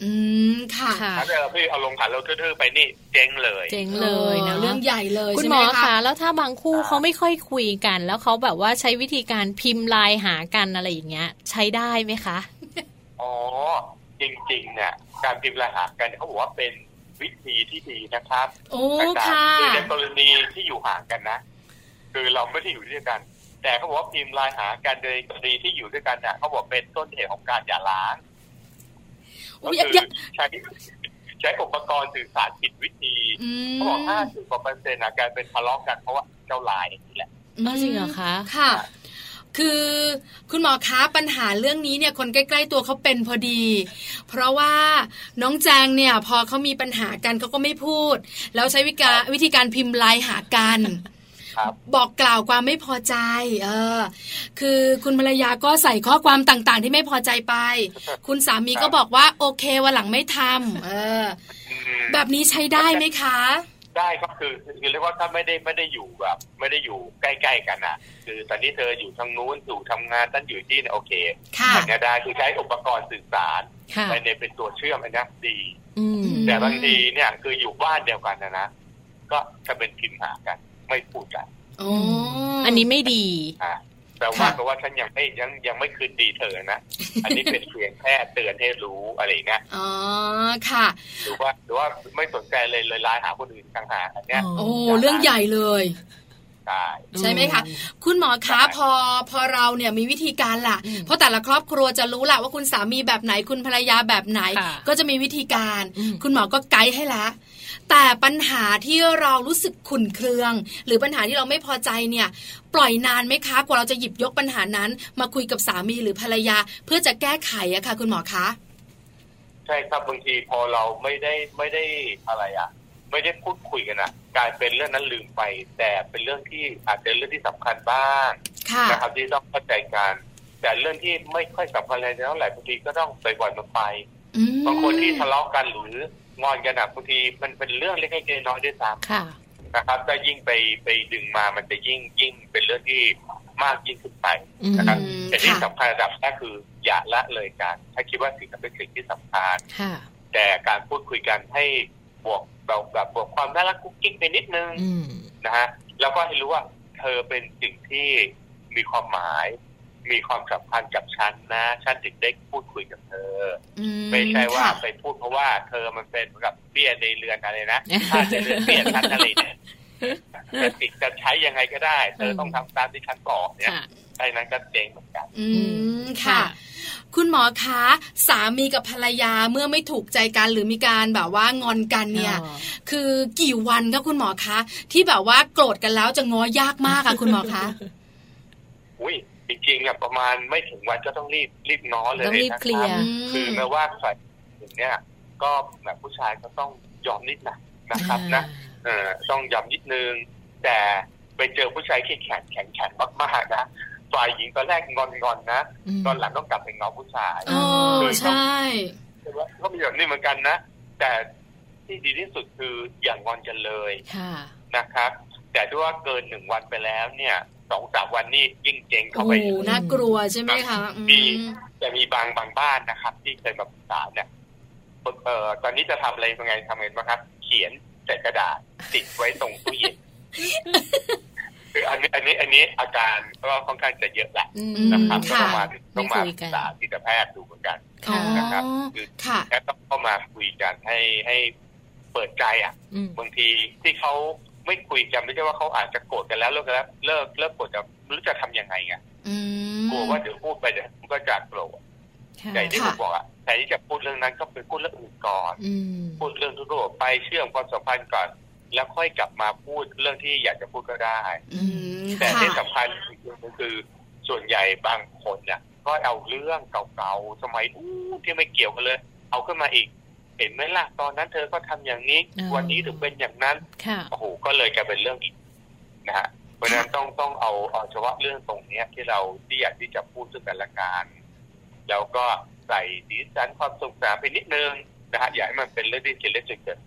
อืมค่ะถ้าเราพี่เอาลงขันเราทื่อๆไปนี่เจ๊งเลยเจ๊งเลยนะเรื่องใหญ่เลยคุณหมอคะแล้วถ้าบางคู่เขาไม่ค่อยคุยกันแล้วเขาแบบว่าใช้วิธีการพิมพ์ไลน์หากันอะไรอย่างเงี้ยใช้ได้ไหมคะอ๋อจริงๆเนี่ยการพิมพ์ไลน์หากันเขาบอกว่าเป็นวิธีที่ดีนะครับโอ้ค่ะคือในกรณีที่อยู่ห่างกันนะคือเราไม่ได้อยู่ด้วยกันแต่เขาบอกว่าพิมพ์ไลน์หากันโดยกรณีที่อยู่ด้วยกันเนี่ยเขาบอกเป็นต้นเหตุของการหย่าร้างก็คือใช้ใช้อุปกรณ์สื่อสารผิดวิธีเขาบอกห้าสิบกว่าเปอร์เซ็นต์การเป็นทะเลาะกันเพราะว่าเจ้าไลน์นี่แหละจริงเหรอคะค่ะคือคุณหมอคะปัญหาเรื่องนี้เนี่ยคนใกล้ๆตัวเขาเป็นพอดีเพราะว่าน้องแจงเนี่ยพอเขามีปัญหากันเขาก็ไม่พูดแล้วใช้วิธีวิธีการพิมพ์ไลน์หากันบอกกล่าวความไม่พอใจเออคือคุณภรรยาก็ใส่ข้อความต่างๆที่ไม่พอใจไปคุณสามีก็บอกว่าโอเควันหลังไม่ทำเออแบบนี้ใช้ได้ไหมคะได้ก็คือคือเรียกว่าถ้าไม่ได้ไม่ได้อยู่แบบไม่ได้อยู่ใกล้ๆกันอ่ะคือตอนนี้เธออยู่ทางนู้นอยู่ทำงานตั้งอยู่ที่โอเคอันนี้ได้คือใช้อุปกรณ์สื่อสารไปในเป็นตัวเชื่อมอันนี้ดีแต่บางทีเนี่ยคืออยู่บ้านเดียวกันนะนะก็จะเป็นพิมพ์หากันไม่พูดกันอ๋ออันนี้ไม่ดีอ่าแปลว่าเพราะว่าฉันยังไม่ยังยังไม่คืนดีเธอนะอันนี้เป็นเพียงแค่เตือนให้รู้อะไรเงี้ยอ๋อค่ะหรือว่าหรือว่าไม่สนใจเลยเลยไลน์หาคนอื่นต่างหากอันเนี้ยโอ้เรื่องใหญ่เลยใช่ใช่ไหมคะคุณหมอคะพอพอเราเนี่ยมีวิธีการล่ะเพราะแต่ละครอบครัวจะรู้แหละว่าคุณสามีแบบไหนคุณภรรยาแบบไหนก็จะมีวิธีการคุณหมอก็ไกด์ให้แล้วแต่ปัญหาที่เรารู้สึกขุ่นเคืองหรือปัญหาที่เราไม่พอใจเนี่ยปล่อยนานไหมคะกว่าเราจะหยิบยกปัญหานั้นมาคุยกับสามีหรือภรรยาเพื่อจะแก้ไขอะค่ะคุณหมอคะใช่ครับบางทีพอเราไม่ได้ไม่ได้อะไรอะไม่ได้พูดคุยกันอะกลายเป็นเรื่องนั้นลืมไปแต่เป็นเรื่องที่อาจจะเรื่องที่สำคัญบ้างนะครับที่ต้องเข้าใจกันแต่เรื่องที่ไม่ค่อยสำคัญอะไรเท่าไหร่บางทีก็ต้องปล่อยๆมันไปบางคนที่ทะเลาะกันหรืองอนกันอ่ะบางทีมันเป็นเรื่องเล็กๆน้อยๆด้วยซ้ำนะครับถ้ายิ่งไปไปดึงมามันจะยิ่งยิ่งเป็นเรื่องที่มากยิ่งขึ้นไปนะครับแต่ที่สำคัญระดับแรกคืออย่าละเลยกันถ้าคิดว่าสิ่งนั้นเป็นสิ่งที่สำคัญแต่การพูดคุยกันให้บวกแบบแบบบวกความน่ารักกุ๊กกิ๊กไปนิดนึงนะฮะแล้วก็ให้รู้ว่าเธอเป็นสิ่งที่มีความหมายมีความสัมพันธ์กับฉันนะฉันถึงได้พูดคุยกับเธอไม่ใช่ว่าไปพูดเพราะว่าเธอมันเป็นกับเบี้ยในเรือนอะไรนะถ้าจะเรือนเบี้ยฉันอะไรเนี่ยจะติดจะใช้ยังไงก็ได้เธอต้องทำตามที่ฉันบอกเนี่ยไอ้นั้นก็เจ๊งเหมือนกันอืมค่ะคุณหมอคะสามีกับภรรยาเมื่อไม่ถูกใจกันหรือมีการแบบว่างอนกันเนี่ยคือกี่วันคะคุณหมอคะที่แบบว่าโกรธกันแล้วจะง้อยากมากอะคุณหมอคะอุ้ยจริงๆอ่ะประมาณไม่ถึงวันก็ต้องรีบรีบง้อเลยนะครับคือแม้ว่าฝ่ายหญิงเนี่ยก็แบบผู้ชายก็ต้องยอมนิดนะนะครับนะเออต้องยอมนิดนึงแต่ไปเจอผู้ชายที่แข็งแข็งแข็งมากๆนะฝ่ายหญิงตอนแรกงอนๆนะตอนหลังต้องกลับไปง้อผู้ชายอ๋อใช่ก็มีแบบนี้เหมือนกันนะแต่ที่ดีที่สุดคืออย่างงอนกันเลยนะครับแต่ถ้าว่าเกินหนึ่งวันไปแล้วเนี่ยสองสามวันนี่ยิ่งเจ๊งเข้าไปโอ้น่ากลัวใช่ไหมคะมีจะมีบางบางบ้านนะครับที่เคยมาปรึกษาเนี่ยเอ่อตอนนี้จะทำอะไรยังไงทำไงบ้างครับเขียนใส่กระดาษติดไว้ตรงตู้เย็นคืออันนี้อันนี้อันนี้อาการก็ค่อนข้างจะเยอะแหละนะครับต้องมาต้องมาปรึกษาจิตแพทย์ดูเหมือนกันนะครับคือแค่ต้องเข้ามาคุยกันให้ให้เปิดใจอ่ะบางทีที่เขาไม่คุยกันไม่ใช่ว่าเขาอาจจะโกรธกันแล้วเลิกแล้วเลิกเลิกโกรธจะไม่รู้จะทำยังไงไงกลัวว่าเดี๋ยวพูดไปเดี๋ยวมันก็จะโกรธแต่ที่ผมบอกอ่ะแต่ที่จะพูดเรื่องนั้นก็ไปพูดเรื่องอื่นก่อนพูดเรื่องทั่วไปเชื่อมความสัมพันธ์ก่อนแล้วค่อยกลับมาพูดเรื่องที่อยากจะพูดก็ได้แต่ที่สำคัญก็คือส่วนใหญ่บางคนเนี่ยก็เอาเรื่องเก่าๆสมัยนู้นที่ไม่เกี่ยวกันเลยเอาขึ้นมาอีกเห็นไหมล่ะตอนนั้นเธอก็ทำอย่างนี้วันนี้ถึงเป็นอย่างนั้นโอ้โหก็เลยกลายเป็นเรื่องอีกนะฮะเพราะฉะนั้นต้องต้องเอาเอาเฉพาะเรื่องตรงนี้ที่เราที่อยากที่จะพูดซึ่งกันและกันแล้วก็ใส่สีสันความสนุกสนานไปนิดนึงนะฮะอย่าให้มันเป็นเรื่องที่เฉลี่ยจนเกินไป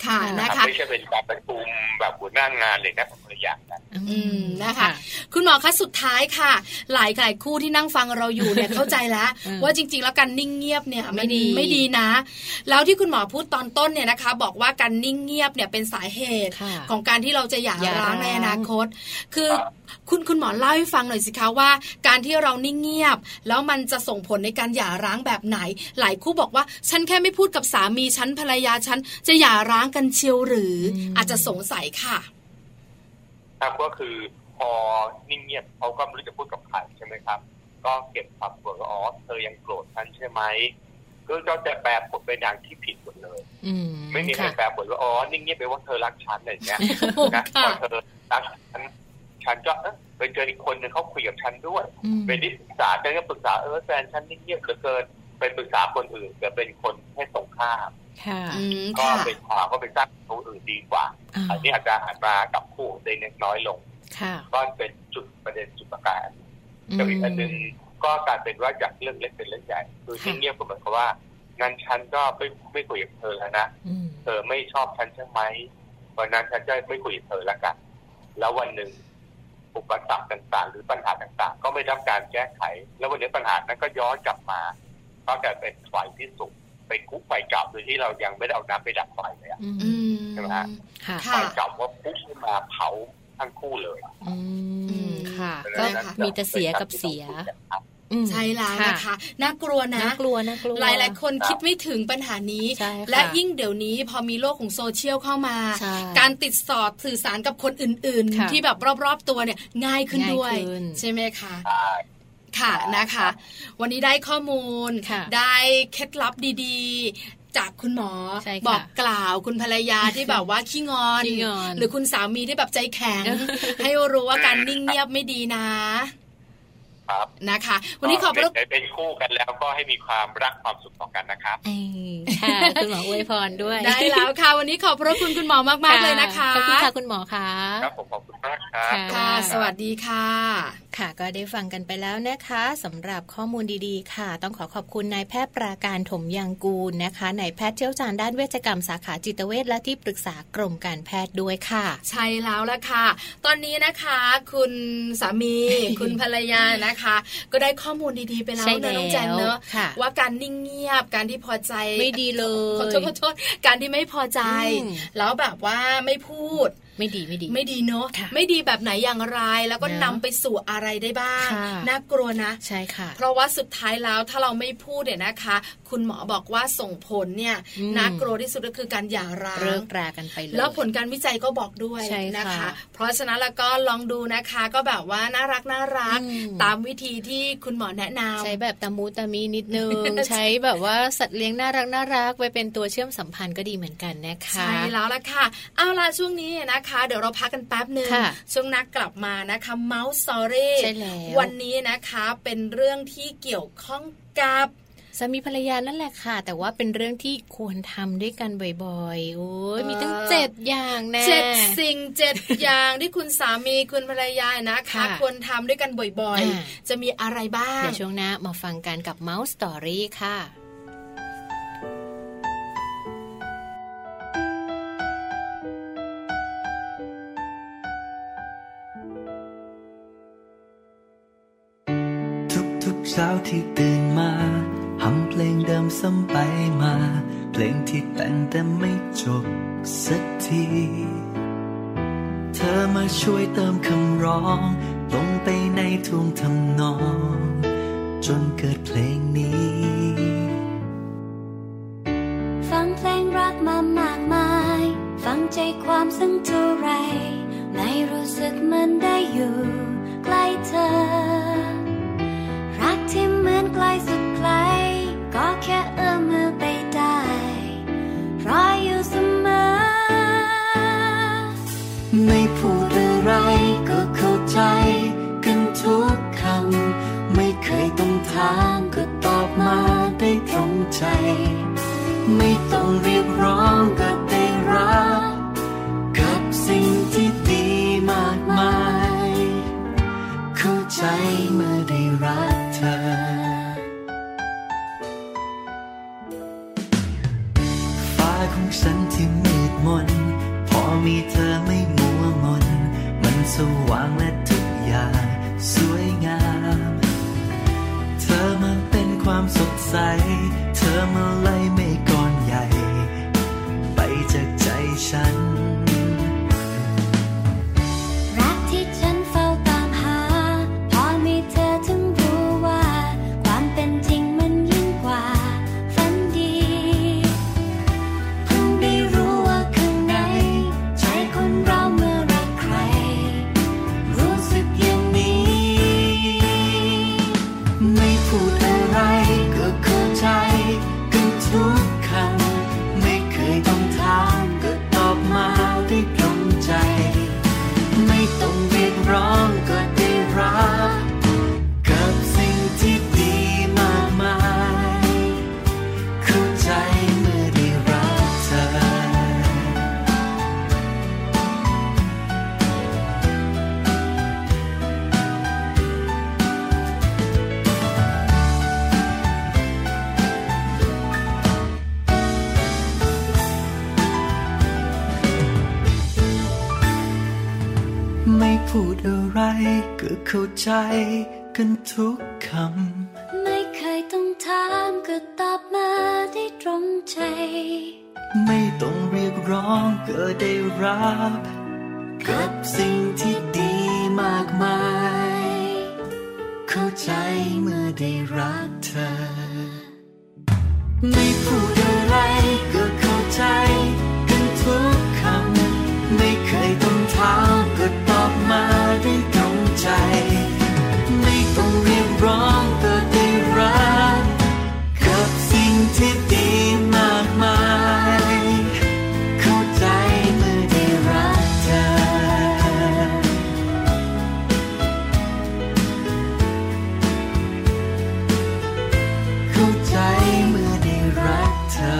ค่ะนะคะไม่ใช่เป็นการประชุมแบบหัวหน้างานเลยนะผมเลยอยากนะอืมนะคะคุณหมอคะสุดท้ายค่ะหลายหลายคู่ที่นั่งฟังเราอยู่เนี่ยเข้าใจแล้วว่าจริงๆแล้วการนิ่งเงียบเนี่ยไม่ดีไม่ดีนะแล้วที่คุณหมอพูดตอนต้นเนี่ยนะคะบอกว่าการนิ่งเงียบเนี่ยเป็นสาเหตุของการที่เราจะหย่าร้างในอนาคตคือคุณคุณหมอเล่าให้ฟังหน่อยสิคะว่าการที่เรานิ่งเงียบแล้วมันจะส่งผลในการหย่าร้างแบบไหนหลายคู่บอกว่าฉันแค่ไม่พูดกับสามีฉันภรรยาฉันจะหย่าร้างกันเชียวหรืออาจจะสงสัยค่ะครับก็คือพอนิ่งเงียบเขาก็ไม่รู้จะพูดกับใครใช่ไหมครับก็เก็บความโกรธอ๋อเธอยังโกรธฉันใช่ไหมก็จะแต่แปลผลเป็นอย่างที่ผิดหมดเลยไม่มีใครแปลผลว่าอ๋อนิ่งเงียบไปว่าเธอรักฉันอะไรอย่างเงี้ยนะพอเธอรักฉันฉันก็เออไปเจออีกคนนึงเขาคุยกับฉันด้วยเป็นที่ปรึกษาฉันก็ปรึกษาเออแฟนฉันนิ่งเงียบเหลือเกินไปปรึกษาคนอื่นจะเป็นคนให้ตรงข้ามก็เป็นข่าวก็เป็นสร้างคนอื่นดีกว่าอันนี้อาจจะหันมากับคู่ได้เล็กน้อยลงก็เป็นจุดประเด็นจุดประกายกับอีกอันนึงก็การเป็นว่าจากเรื่องเล็กเป็นเรื่องใหญ่คือนิ่งเงียบก็หมายความว่างั้นฉันก็ไม่ไม่คุยกับเธอแล้วนะเธอไม่ชอบฉันใช่ไหมวันนั้นฉันจะไม่คุยกับเธอแล้วกันแล้ววันหนึ่งอุปสรรคต่างๆหรือปัญหาต่างๆก็ไม่ได้รับการแก้ไขแล้ววันนี้ปัญหานั้นก็ย้อนกลับมาก็กลายเป็นไฟที่สุกไปคุกไฟเก่าโดยที่เรายังไม่ได้เอาน้ำไปดับไฟเลยใช่ไหมฮะไฟเก่าว่าพุ่งขึ้นมาเผาทั้งคู่เลยค่ะก็มีแต่เสียกับเสียใช่แล้วนะคะน่ากลัวนะน่ากลัวน่ากลัวหลายๆคนคิดไม่ถึงปัญหานี้และยิ่งเดี๋ยวนี้พอมีโลกของโซเชียลเข้ามาการติดต่อสื่อสารกับคนอื่นๆที่แบบรอบๆตัวเนี่ยง่ายขึ้นด้วยใช่ไหมคะค่ะนะคะวันนี้ได้ข้อมูลได้เคล็ดลับดีๆจากคุณหมอบอกกล่าวคุณภรรยาที่แบบว่าขี้งอนหรือคุณสามีที่แบบใจแข็งให้รู้ว่าการนิ่งเงียบไม่ดีนะครับนะคะวันนี้ขอบพระคุณเป็นคู่กันแล้วก็ให้มีความรักความสุขต่อกันนะครับค่ะคุณหมออวยพรด้วยได้แล้วค่ะวันนี้ขอบพระคุณคุณหมอมากๆเลยนะคะขอบคุณค่ะคุณหมอค่ะครับผมขอบคุณมากครับค่ะสวัสดีค่ะค่ะก็ได้ฟังกันไปแล้วนะคะสำหรับข้อมูลดีๆค่ะต้องขอขอบคุณนายแพทย์ปราการถมยังกูลนะคะนายแพทย์เชี่ยวชาญด้านเวชกรรมสาขาจิตเวชและที่ปรึกษากรมการแพทย์ด้วยค่ะใช่แล้วละค่ะตอนนี้นะคะคุณสามี คุณภรรยานะคะก็ได้ข้อมูลดีๆไปแล้วนะน้องแจนเนอะว่าการนิ่งเงียบการที่พอใจไม่ดีเลยขอโทษขอโทษการที่ไม่พอใจแล้วแบบว่าไม่พูดไม่ดีไม่ดีไม่ดีเนาะไม่ดีแบบไหนอย่างไรแล้วก็นำไปสู่อะไรได้บ้างน่ากลัวนะใช่ค่ะเพราะว่าสุดท้ายแล้วถ้าเราไม่พูดเนี่ยนะคะคุณหมอบอกว่าส่งผลเนี่ยน่ากลัวที่สุดก็คือการหย่าร้างเลิกรากันไปเลยแล้วผลการวิจัยก็บอกด้วยนะคะเพราะฉะนั้นแล้วก็ลองดูนะคะก็แบบว่าน่ารักน่ารักตามวิธีที่คุณหมอแนะนำใช้แบบตะมูตะมีนิดนึง ใช้แบบว่าสัตว์เลี้ยงน่ารักน่ารักไปเป็นตัวเชื่อมสัมพันธ์ก็ดีเหมือนกันนะคะใช่แล้วล่ะค่ะเอาล่ะช่วงนี้นะคะเดี๋ยวเราพักกันแป๊บนึงช่วงนักกลับมานะคะ Mouse Story วันนี้นะคะเป็นเรื่องที่เกี่ยวข้องกับสามีภรรยานั่นแหละค่ะแต่ว่าเป็นเรื่องที่ควรทำด้วยกันบ่อยๆโอ้ยมีตั้งเจ็ดอย่างนะเจ็ดสิ่งเจ็ดอย่างที่คุณสามีคุณภรรยานะคะควรทำด้วยกันบ่อยๆจะมีอะไรบ้างเดี๋ยวช่วงหน้ามาฟังกันกับ Mouse Story ค่ะเช้าที่ตื่นมาฮัมเพลงเดิมซ้ำไปมาเพลงที่แต่งแต่ไม่จบสักทีเธอมาช่วยเติมคำร้องลงไปในท่วงทำนองจนเกิดเพลงนี้ฟังเพลงรักมามากมายฟังใจความสักเท่าไรไม่รู้สึกเหมือนได้อยู่ใกล้เธอรักที่เหมือนไกลสุดไกลก็แค่เอื้อมมือไปได้รออยู่เสมอไม่พูดอะไรก็เข้าใจกันทุกคำไม่เคยต้องถามก็ตอบมาได้ตรงใจไม่ต้องเรียกร้องก็ได้รับกับสิ่งที่ดีมากมายเข้าใจเมื่อได้รักเธอฟ้าของฉันที่มืดมนเธอมาไล่เมฆก้อนใหญ่ไปจากใจฉันรักที่ฉันเฝ้าตามหาพอมีเธอถึงรู้ว่าความเป็นจริงมันยิ่งกว่าฝันดีเพิ่งได้รู้ว่าข้างในใจคนเราเมื่อรักใครรู้สึกอย่างนี้ไม่พูดอะไรก็เข้าใจกันทุกคำไม่เคยต้องถามก็ตอบมาได้ตรงใจไม่ต้องเรียกร้องก็ได้รับกับสิ่งที่ดีมากมายเข้าใจเมื่อได้รักเธอไม่พูดอะไรก็เข้าใจกันทุกคำไม่เคยต้องถามก็ตอบมาได้ตรงใจไม่ต้องเรียกร้องก็ได้รับกับสิ่งที่ดีมากมายเข้าใจเมื่อได้รักเธอไม่พูดอะไรก็เข้าใจกันทุกคำไม่เคยต้องถามก็ตอบมาได้ตรงใจไม่ต้องเรียกร้องก็ได้รับกับสิ่งที่ดีมากมายเข้าใจเมื่อได้รักเธอเข้าใจเมื่อได้รักเธอ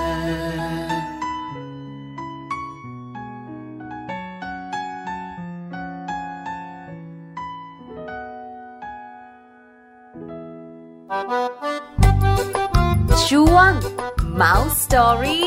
ช่วง Mouse Story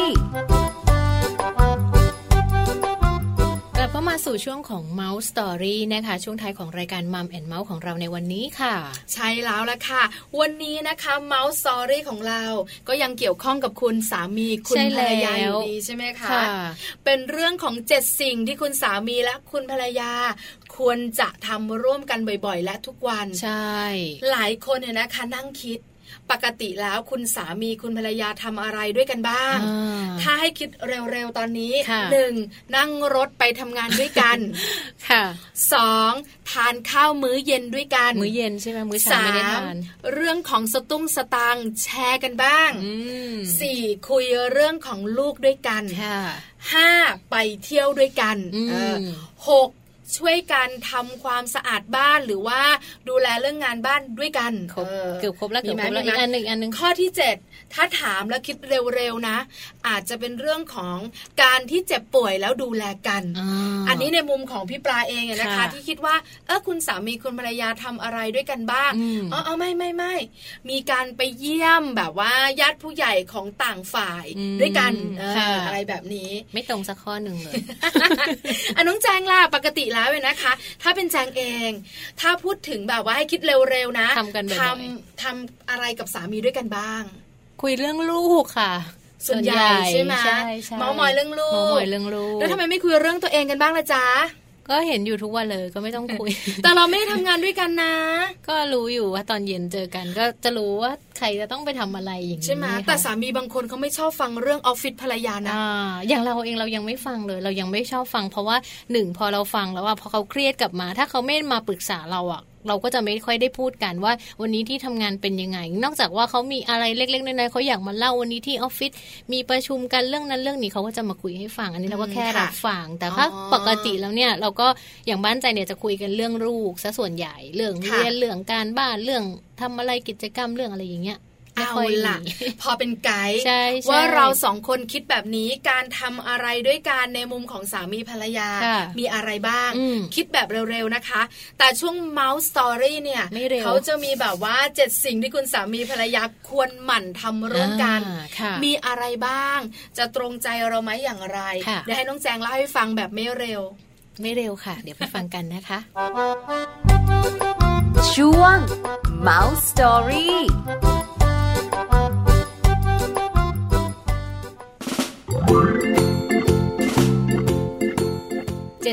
กลับเข้ามาสู่ช่วงของ Mouse Story นะคะช่วงท้ายของรายการ Mum and Mouse ของเราในวันนี้ค่ะใช่แล้วล่ะค่ะวันนี้นะคะ Mouse Story ของเราก็ยังเกี่ยวข้องกับคุณสามีคุณภรรยาอยู่ดีใช่ไหมคะเป็นเรื่องของเจ็ดสิ่งที่คุณสามีและคุณภรรยาควรจะทำร่วมกันบ่อยๆและทุกวันใช่หลายคนเนี่ยนะคะนั่งคิดปกติแล้วคุณสามีคุณภรรยาทำอะไรด้วยกันบ้างถ้าให้คิดเร็วๆตอนนี้หนึ่งนั่งรถไปทำงานด้วยกันค่ะสองทานข้าวมื้อเย็นด้วยกันมื้อเย็นใช่ไหมมื้อเช้าไม่ได้ทานเรื่องของสตุ้งสตางค์แชร์กันบ้างสี่คุยเรื่องของลูกด้วยกันห้าไปเที่ยวด้วยกันหกช่วยกันทำความสะอาดบ้านหรือว่าดูแลเรื่องงานบ้านด้วยกันเกือบครบแล้วเกือบครบแล้วอีกอันนึงอันนึงข้อที่เจ็ดถ้าถามแล้วคิดเร็วๆนะอาจจะเป็นเรื่องของการที่เจ็บป่วยแล้วดูแลกัน อ, อันนี้ในมุมของพี่ปลาเองนะคะที่คิดว่าเออคุณสามีคุณภรรยาทำอะไรด้วยกันบ้างอ๋ออ๋อไม่ไม่ไม่มีการไปเยี่ยมแบบว่าญาติผู้ใหญ่ของต่างฝ่ายด้วยกัน อ, อะไรแบบนี้ไม่ตรงสักข้อหนึ่งเลยอันน้องแจงล่ะปกติแล้วเลยนะคะถ้าเป็นแจงเองถ้าพูดถึงแบบว่าให้คิดเร็วๆนะทำกันบ่อยๆทำอะไรกับสามีด้วยกันบ้างคุยเรื่องลูกค่ะส่วนใหญ่ใช่ไหมเมาส์มอยเรื่องลูกเมาส์มอยเรื่องลูกแล้วทำไมไม่คุยเรื่องตัวเองกันบ้างล่ะจ๊ะก็เห็นอยู่ทุกวันเลยก็ไม่ต้องคุยแต่เราไม่ได้ทำงานด้วยกันนะก็รู้อยู่ว่าตอนเย็นเจอกันก็จะรู้ว่าใครจะต้องไปทำอะไรอย่างนี้ใช่ไหมแต่สามีบางคนเขาไม่ชอบฟังเรื่องออฟฟิศภรรยานะอ่าอย่างเราเองเรายังไม่ฟังเลยเรายังไม่ชอบฟังเพราะว่าหนึ่งพอเราฟังแล้วว่าพอเขาเครียดกลับมาถ้าเขาไม่มาปรึกษาเราอ่ะเราก็จะไม่ค่อยได้พูดกันว่าวันนี้ที่ทำงานเป็นยังไงนอกจากว่าเขามีอะไรเล็กๆน้อยๆเขาอยากมาเล่าวันนี้ที่ออฟฟิศมีประชุมกันเรื่องนั้นเรื่องนี้เขาก็จะมาคุยให้ฟังอันนี้เราก็แค่รับฟังแต่ถ้าปกติแล้วเนี่ยเราก็อย่างบ้านใจเนี่ยจะคุยกันเรื่องลูกซะส่วนใหญ่เรื่องเรียนเรื่องการบ้านเรื่องทำอะไรกิจกรรมเรื่องอะไรอย่างเงี้ยเอาล่ะพอเป็นไกด์ว่าเราสองคนคิดแบบนี้การทำอะไรด้วยกันในมุมของสามีภรรยามีอะไรบ้างคิดแบบเร็วๆนะคะแต่ช่วง Mouse Story เนี่ยเขาจะมีแบบว่าเจ็ดสิ่งที่คุณสามีภรรยาควรหมั่นทำร่วมกันมีอะไรบ้างจะตรงใจเราไหมอย่างไรเดี๋ยวให้น้องแจงเล่าให้ฟังแบบไม่เร็วไม่เร็วค่ะเดี๋ยวไปฟังกันนะคะช่วง Mouse Story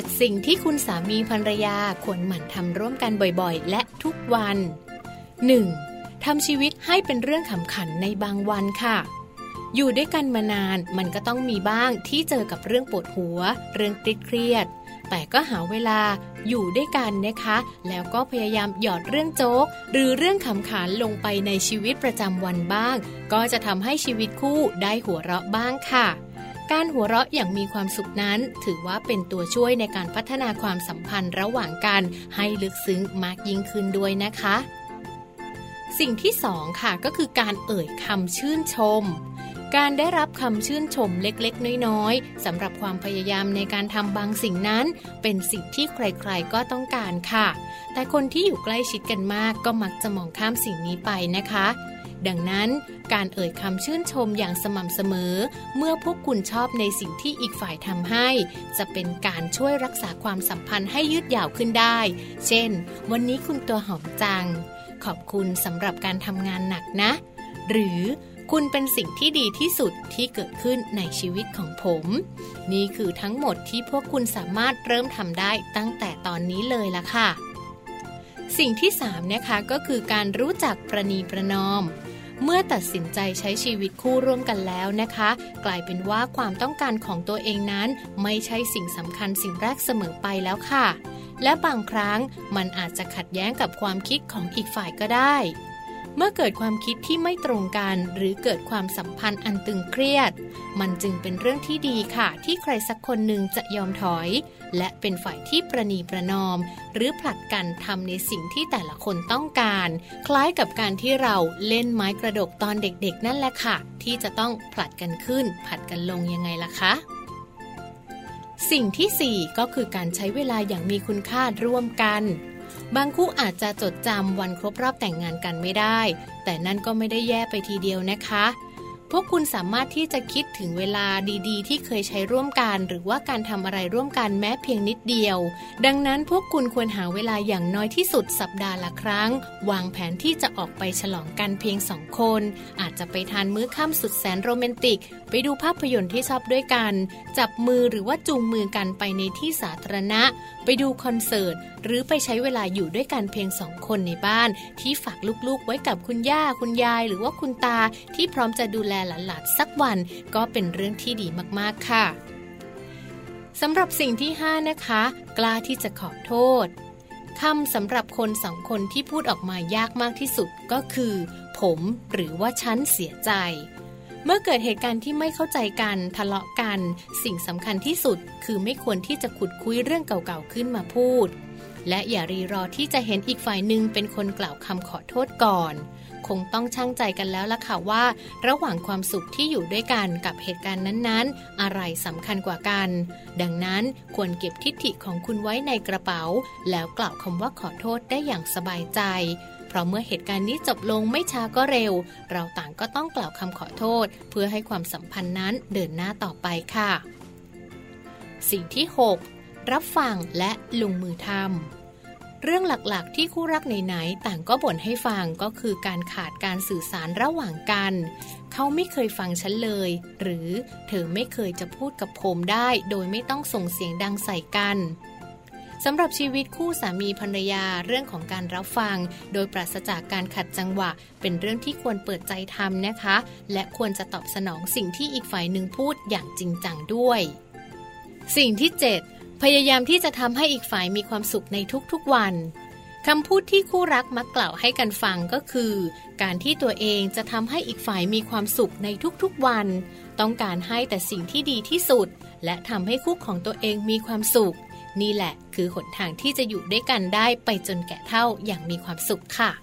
จ็ดสิ่งที่คุณสามีภรรยาควรหมั่นทำร่วมกันบ่อยๆและทุกวัน หนึ่ง. ทำชีวิตให้เป็นเรื่องขำขันในบางวันค่ะอยู่ด้วยกันมานานมันก็ต้องมีบ้างที่เจอกับเรื่องปวดหัวเรื่องเครียดแต่ก็หาเวลาอยู่ด้วยกันนะคะแล้วก็พยายามหยอดเรื่องโจ๊กหรือเรื่องขำขันลงไปในชีวิตประจำวันบ้างก็จะทำให้ชีวิตคู่ได้หัวเราะบ้างค่ะการหัวเราะอย่างมีความสุขนั้นถือว่าเป็นตัวช่วยในการพัฒนาความสัมพันธ์ระหว่างกันให้ลึกซึ้งมากยิ่งขึ้นด้วยนะคะสิ่งที่สองค่ะก็คือการเอ่ยคำชื่นชมการได้รับคำชื่นชมเล็กๆน้อยๆสำหรับความพยายามในการทำบางสิ่งนั้นเป็นสิ่งที่ใครๆก็ต้องการค่ะแต่คนที่อยู่ใกล้ชิดกันมากก็มักจะมองข้ามสิ่งนี้ไปนะคะดังนั้นการเอ่ยคำชื่นชมอย่างสม่ำเสมอเมื่อพวกคุณชอบในสิ่งที่อีกฝ่ายทำให้จะเป็นการช่วยรักษาความสัมพันธ์ให้ยืดยาวขึ้นได้เช่นวันนี้คุณตัวหอมจังขอบคุณสำหรับการทำงานหนักนะหรือคุณเป็นสิ่งที่ดีที่สุดที่เกิดขึ้นในชีวิตของผมนี่คือทั้งหมดที่พวกคุณสามารถเริ่มทำได้ตั้งแต่ตอนนี้เลยล่ะค่ะสิ่งที่สามนะคะก็คือการรู้จักประนีประนอมเมื่อตัดสินใจใช้ชีวิตคู่ร่วมกันแล้วนะคะกลายเป็นว่าความต้องการของตัวเองนั้นไม่ใช่สิ่งสำคัญสิ่งแรกเสมอไปแล้วค่ะและบางครั้งมันอาจจะขัดแย้งกับความคิดของอีกฝ่ายก็ได้เมื่อเกิดความคิดที่ไม่ตรงกันหรือเกิดความสัมพันธ์อันตึงเครียดมันจึงเป็นเรื่องที่ดีค่ะที่ใครสักคนหนึ่งจะยอมถอยและเป็นฝ่ายที่ประนีประนอมหรือผลัดกันทำในสิ่งที่แต่ละคนต้องการคล้ายกับการที่เราเล่นไม้กระดกตอนเด็กๆนั่นแหละค่ะที่จะต้องผลัดกันขึ้นผลัดกันลงยังไงล่ะคะสิ่งที่สี่ก็คือการใช้เวลาอย่างมีคุณค่าร่วมกันบางคู่อาจจะจดจำวันครบรอบแต่งงานกันไม่ได้แต่นั่นก็ไม่ได้แย่ไปทีเดียวนะคะพวกคุณสามารถที่จะคิดถึงเวลาดีๆที่เคยใช้ร่วมกันหรือว่าการทำอะไรร่วมกันแม้เพียงนิดเดียวดังนั้นพวกคุณควรหาเวลาอย่างน้อยที่สุดสัปดาห์ละครั้งวางแผนที่จะออกไปฉลองกันเพียงสองคนอาจจะไปทานมื้อค่ำสุดแสนโรแมนติกไปดูภาพยนตร์ที่ชอบด้วยกันจับมือหรือว่าจูงมือกันไปในที่สาธารณะไปดูคอนเสิร์ตหรือไปใช้เวลาอยู่ด้วยกันเพียงสองคนในบ้านที่ฝากลูกๆไว้กับคุณย่าคุณยายหรือว่าคุณตาที่พร้อมจะดูแลหลานๆสักวันก็เป็นเรื่องที่ดีมากๆค่ะสำหรับสิ่งที่ห้านะคะกล้าที่จะขอโทษคำสำหรับคนสองคนที่พูดออกมายากมากที่สุดก็คือผมหรือว่าฉันเสียใจเมื่อเกิดเหตุการณ์ที่ไม่เข้าใจกันทะเลาะกันสิ่งสำคัญที่สุดคือไม่ควรที่จะขุดคุยเรื่องเก่าๆขึ้นมาพูดและอย่ารีรอที่จะเห็นอีกฝ่ายหนึ่งเป็นคนกล่าวคำขอโทษก่อนคงต้องชั่งใจกันแล้วล่ะค่ะว่าระหว่างความสุขที่อยู่ด้วยกันกับเหตุการณ์นั้นๆอะไรสำคัญกว่ากันดังนั้นควรเก็บทิฐิของคุณไว้ในกระเป๋าแล้วกล่าวคำว่าขอโทษได้อย่างสบายใจเพราะเมื่อเหตุการณ์นี้จบลงไม่ช้าก็เร็วเราต่างก็ต้องกล่าวคำขอโทษเพื่อให้ความสัมพันธ์นั้นเดินหน้าต่อไปค่ะสิ่งที่หกรับฟังและลงมือทำเรื่องหลักๆที่คู่รักไหนๆต่างก็บ่นให้ฟังก็คือการขาดการสื่อสารระหว่างกันเขาไม่เคยฟังฉันเลยหรือเธอไม่เคยจะพูดกับผมได้โดยไม่ต้องส่งเสียงดังใส่กันสำหรับชีวิตคู่สามีภรรยาเรื่องของการรับฟังโดยปราศจากการขัดจังหวะเป็นเรื่องที่ควรเปิดใจทำนะคะและควรจะตอบสนองสิ่งที่อีกฝ่ายหนึ่งพูดอย่างจริงจังด้วยสิ่งที่เจ็ดพยายามที่จะทำให้อีกฝ่ายมีความสุขในทุกๆวันคำพูดที่คู่รักมักกล่าวให้กันฟังก็คือการที่ตัวเองจะทำให้อีกฝ่ายมีความสุขในทุกๆวันต้องการให้แต่สิ่งที่ดีที่สุดและทำให้คู่ของตัวเองมีความสุขนี่แหละคือหนทางที่จะอยู่ด้วยกันได้ไปจนแก่เฒ่าอย่างมีความสุขค่ะ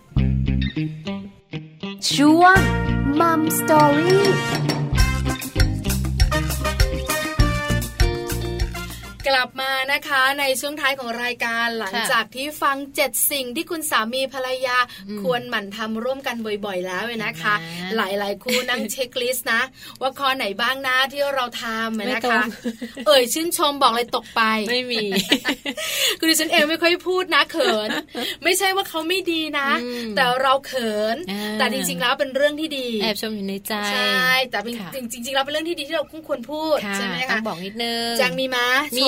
ช่วง Mum Story กลับมานะคะในช่วงท้ายของรายการหลังจากที่ฟังเจ็ดสิ่งที่คุณสามีภรรยาควรหมั่นทำร่วมกันบ่อยๆแล้วนะคะ หลายๆคู่นั่งเช็คลิสต์นะว่าข้อไหนบ้างนะที่เราทำนะคะเอ่ยชื่นชมบอกเลยตกไปไม่มีคือดิฉันเองไม่ค่อยพูดนะเขินไม่ใช่ว่าเขาไม่ดีนะแต่เราเขินแต่จริงๆแล้วเป็นเรื่องที่ดีแอบชมอยู่ในใจใช่แต่จริงๆแล้วเป็นเรื่องที่ดีที่เราควรพูดใช่ไหมคะต้องบอกนิดนึงจังมีมามี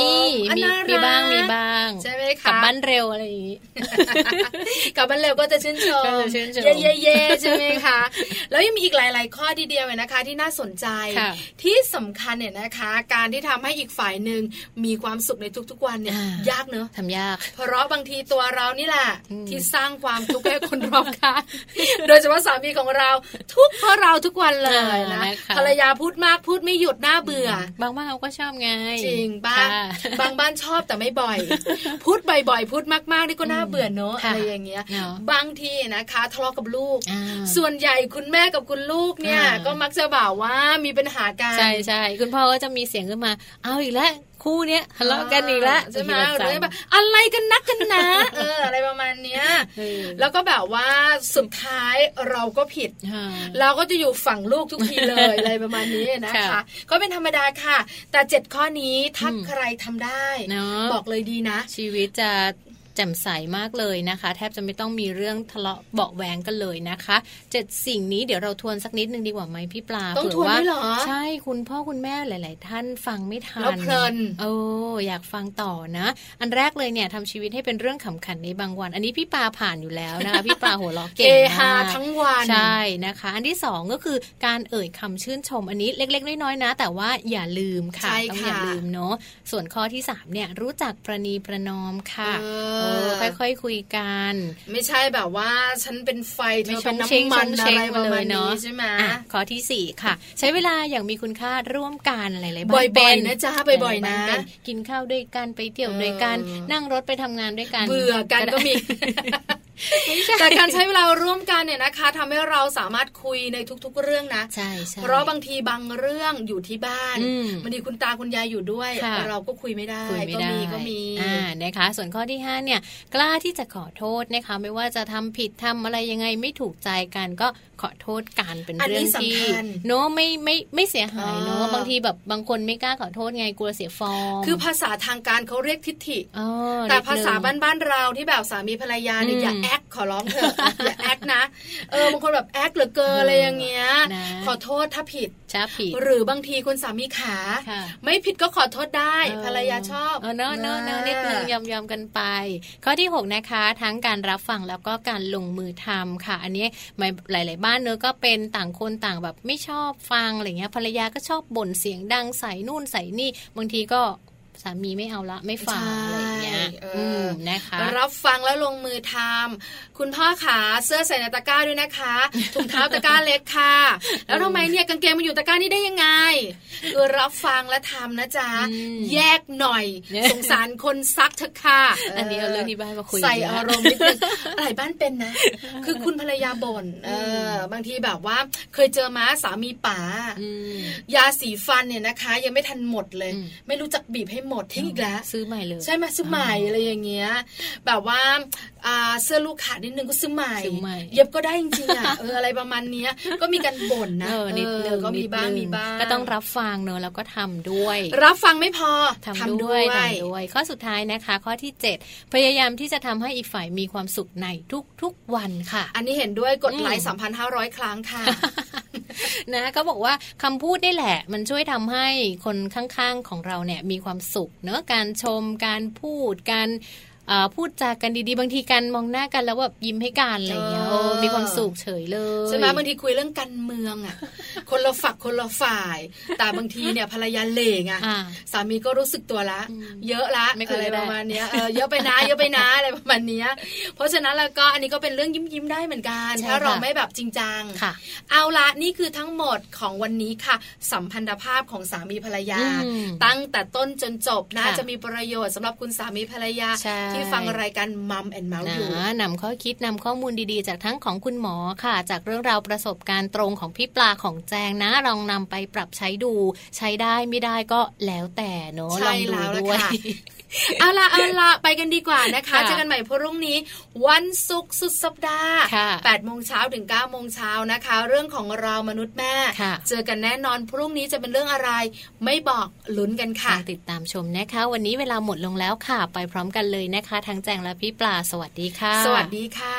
มีมีบ้างมีบ้างใช่ไหมคะกลับบ้านเร็วอะไรอย่างนี้กลับบ้านเร็วก็จะชื่นชมเย่เย่ใช่ไหมคะแล้วยังมีอีกหลายๆข้อทีเดียวเลยนะคะที่น่าสนใจที่สำคัญเนี่ยนะคะการที่ทำให้อีกฝ่ายนึงมีความสุขในทุกๆวันเนี่ยยากเนอะทำยากเพราะบางทีตัวเรานี่แหละที่สร้างความทุกข์ให้คนรอบข้างโดยเฉพาะสามีของเราทุกข์เพราะเราทุกวันเลยนะภรรยาพูดมากพูดไม่หยุดน่าเบื่อบางบ้านเขาก็ชอบไงจริงบ้างบางบ้านชอบแต่ไม่บ่อยพูดบ่อยๆพูดมากๆนี่ก็น่าเบื่อเนอะอะไรอย่างเงี้ยบางทีนะคะทะเลาะกับลูกส่วนใหญ่คุณแม่กับคุณลูกเนี่ยก็มักจะบ่าว่ามีปัญหากันใช่ใช่คุณพ่อก็จะมีเสียงขึ้นมาเอาอีกแล้วคู่เนี้ยทะเลาะกันอีกแล้วใช่ไหมหรือแบบอะไรกันนักกันนะเอออะไรประมาณเนี้ยแล้วก็แบบว่าสุดท้ายเราก็ผิดเราก็จะอยู่ฝั่งลูกทุกทีเลยอะไรประมาณนี้นะคะก็เป็นธรรมดาค่ะแต่เจ็ดข้อนี้ถ้าใครทำได้บอกเลยดีนะชีวิตจะแจ่มใสมากเลยนะคะแทบจะไม่ต้องมีเรื่องทะเลาะเบาะแว้งกันเลยนะคะเจ็ดสิ่งนี้เดี๋ยวเราทวนสักนิดนึงดีกว่าไหมพี่ปลาต้องทวนด้วยเหรอใช่คุณพ่อคุณแม่หลายๆท่านฟังไม่ทันแล้วเพลินโอ้อยากฟังต่อนะอันแรกเลยเนี่ยทำชีวิตให้เป็นเรื่องขำขันในบางวันอันนี้พี่ปลาผ่านอยู่แล้วนะคะพี่ปลาหัวเราะเก่งมากทั้งวันใช่นะคะอันที่สองก็คือการเอ่ยคำชื่นชมอันนี้เล็กๆน้อยๆนะแต่ว่าอย่าลืมค่ะต้องอย่าลืมเนาะส่วนข้อที่สามเนี่ยรู้จักประนีประนอมค่ะค่อยๆคุยกันไม่ใช่แบบว่าฉันเป็นไฟเธอเป็นน้ำมันอะไรประมาณนี้ใช่ไหมข้อที่สี่ค่ะใช้เวลาอย่างมีคุณค่าร่วมกันอะไรๆบ้างบ่อยๆนะจ๊ะบ่อยๆนะกินข้าวด้วยกันไปเที่ยวด้วยกันนั่งรถไปทำงานด้วยกันเบื่อกันก็มีแต่การใช้เวลาร่วมกันเนี่ยนะคะทำให้เราสามารถคุยในทุกๆเรื่องนะใช่เพราะบางทีบางเรื่องอยู่ที่บ้านบางทีคุณตาคุณยายอยู่ด้วยเราก็คุยไม่ได้ก็มีก็มีอ่านะคะส่วนข้อที่ห้าเนี่ยกล้าที่จะขอโทษนะคะไม่ว่าจะทำผิดทำอะไรยังไงไม่ถูกใจกันก็ขอโทษกันเป็นเรื่องที่เนาะไม่ไม่ไม่เสียหายเนาะบางทีแบบบางคนไม่กล้าขอโทษไงกลัวเสียฟอร์มคือภาษาทางการเขาเรียกทิฏฐิแต่ภาษาบ้านๆเราที่แบบสามีภรรยาเนี่ยอย่าแอคขอร้องเถอะอย่าแอคนะเออบางคนแบบแอคเหลือเกินอะไรอย่างเงี้ยขอโทษถ้าผิดถ้าผิดหรือบางทีคุณสามีขาไม่ผิดก็ขอโทษได้ภรรยาชอบเออเนาะเนาะเนาะนิดนึงยอมๆกันไปข้อที่หกนะคะทั้งการรับฟังแล้วก็การลงมือทำค่ะอันนี้หลายๆบ้านเนอะก็เป็นต่างคนต่างแบบไม่ชอบฟังอะไรเงี้ยภรรยาก็ชอบบ่นเสียงดังใส่นู่นใส่นี่บางทีก็สามีไม่เอาละไม่ฟังอะไรเงี้ยนะคะรับฟังแล้วลงมือทำคุณพ่อขาเสื้อใส่ในตะกร้าด้วยนะคะถุงเท้าตะกร้าเล็กค่ะแล้วทำไมเนี่ยกางเกงมาอยู่ตะกร้านี้ได้ยังไงคือรับฟังและทำนะจ๊ะแยกหน่อยสงสารคนซักเถอะค่ะอันนี้เอาเรื่องที่บ้านมาคุยใส่อารมณ์นิดนึงอะไรบ้านเป็นนะคือคุณภรรยาบ่นเออบางทีแบบว่าเคยเจอมาสามีป๋ายาสีฟันเนี่ยนะคะยังไม่ทันหมดเลยไม่รู้จักบีบให้หมดทิ้งอีกแล้วซื้อใหม่เลยใช่ไหมซื้อใหม่อะไรอย่างเงี้ยแบบว่าเสื้อลูกขาดนิดนึงก็ซื้อใหม่เย็บก็ได้จริงๆอ่ะเอออะไรประมาณนี้ก็มีการบ่นนะเออนิดนึงก็มีบ้างมีบ้างก็ต้องรับฟังเนอะแล้วก็ทำด้วยรับฟังไม่พอทำด้วยทำด้วยข้อสุดท้ายนะคะข้อที่เจ็ดพยายามที่จะทำให้อีกฝ่ายมีความสุขในทุกๆวันค่ะอันนี้เห็นด้วยกดไลค์ สามพันห้าร้อย ครั้งค่ะนะก็บอกว่าคำพูดนี่แหละมันช่วยทำให้คนข้างๆของเราเนี่ยมีความสุขเนอะการชมการพูดการพูดจากันดีๆบางทีกันมองหน้ากันแล้วแบบยิ้มให้กันอะไรเงี้ยโอ้มีความสุขเฉยเลยใช่ไหมบางทีคุยเรื่องการเมืองอ่ะคนละฝักคนละฝ่ายแต่บางทีเนี่ยภรรยาเหล่งอ่ะสามีก็รู้สึกตัวละเยอะละอะไรประมาณนี้เออเยอะไปนะเยอะไปนะอะไรประมาณนี้เพราะฉะนั้นแล้วก็อันนี้ก็เป็นเรื่องยิ้มๆได้เหมือนกันถ้าเราไม่แบบจริงจังเอาละนี่คือทั้งหมดของวันนี้ค่ะสัมพันธภาพของสามีภรรยาตั้งแต่ต้นจนจบน่าจะมีประโยชน์สำหรับคุณสามีภรรยาที่ฟังรายการมัมแอนด์เมาส์อยู่นำข้อคิดนำข้อมูลดีๆจากทั้งของคุณหมอค่ะจากเรื่องราวประสบการณ์ตรงของพี่ปลาของแจงนะลองนำไปปรับใช้ดูใช้ได้ไม่ได้ก็แล้วแต่เนอะลองดูด้วยเอาล่ะเอาล่ะไปกันดีกว่านะคะเจอกันใหม่พรุ่งนี้วันศุกร์สุดสัปดาห์ แปดโมงเช้าถึงเก้าโมงเช้านะคะเรื่องของเรามนุษย์แม่เจอกันแน่นอนพรุ่งนี้จะเป็นเรื่องอะไรไม่บอกลุ้นกันค่ะติดตามชมนะคะวันนี้เวลาหมดลงแล้วค่ะไปพร้อมกันเลยนะคะทั้งแจงและพี่ปลาสวัสดีค่ะสวัสดีค่ะ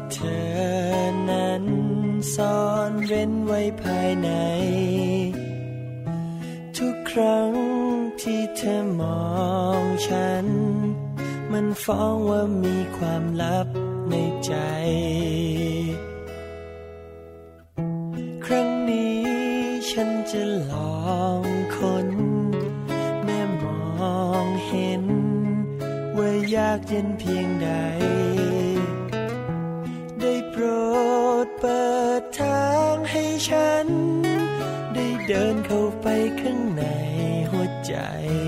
เธอนั้นซ่อนเร้นไว้ภายในทุกครั้งที่เธอมองฉันมันฟ้องว่ามีความลับในใจครั้งนี้ฉันจะลองค้นแม้มองเห็นว่ายากเย็นเพียงใดได้โปรดเปิดทางให้ฉันได้เดินเข้าไปข้างในหัวใจ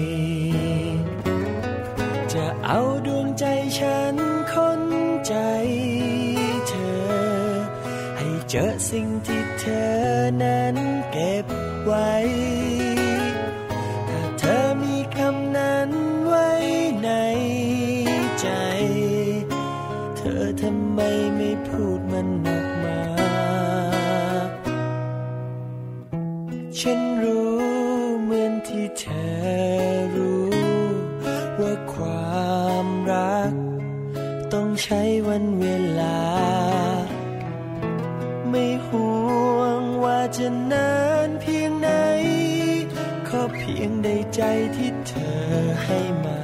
จะเอาดวงใจฉันค้นใจเธอให้เจอสิ่งที่เธอนั้นเก็บไว้ถ้าเธอมีคำนั้นไว้ในใจเธอทำไมไม่พูดมันออกมาฉันรู้เหมือนที่เธอรู้ว่าความรักต้องใช้วันเวลาไม่ห่วงว่าจะนานเพียงไหนขอเพียงได้ใจที่เธอให้มา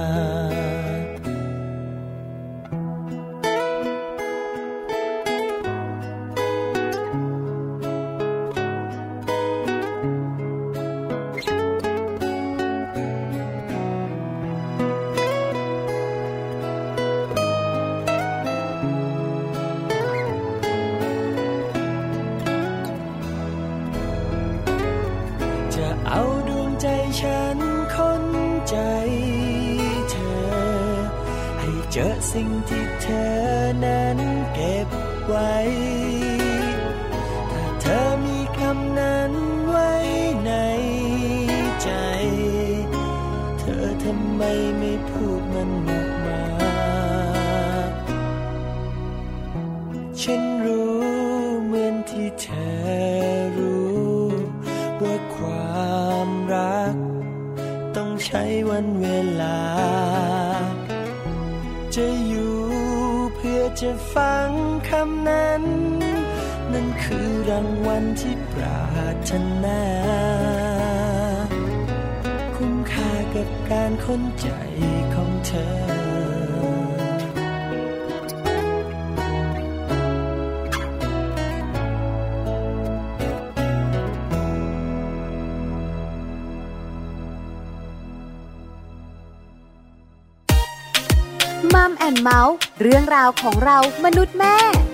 เอาดวงใจฉันค้นใจเธอให้เจอสิ่งที่เธอนั้นเก็บไว้ถ้าเธอมีคำนั้นไว้ในใจเธอทำไมไม่พูดมันออกมาฉันรู้เหมือนที่เธอรู้ว่าความรักต้องใช้วันเวลาจะอยู่เพื่อจะฟังคำนั้นนั่นคือรางวัลที่ปรารถนาคุ้มค่ากับการค้นใจของเธอมัมแอนด์เมาส์เรื่องราวของเรามนุษย์แม่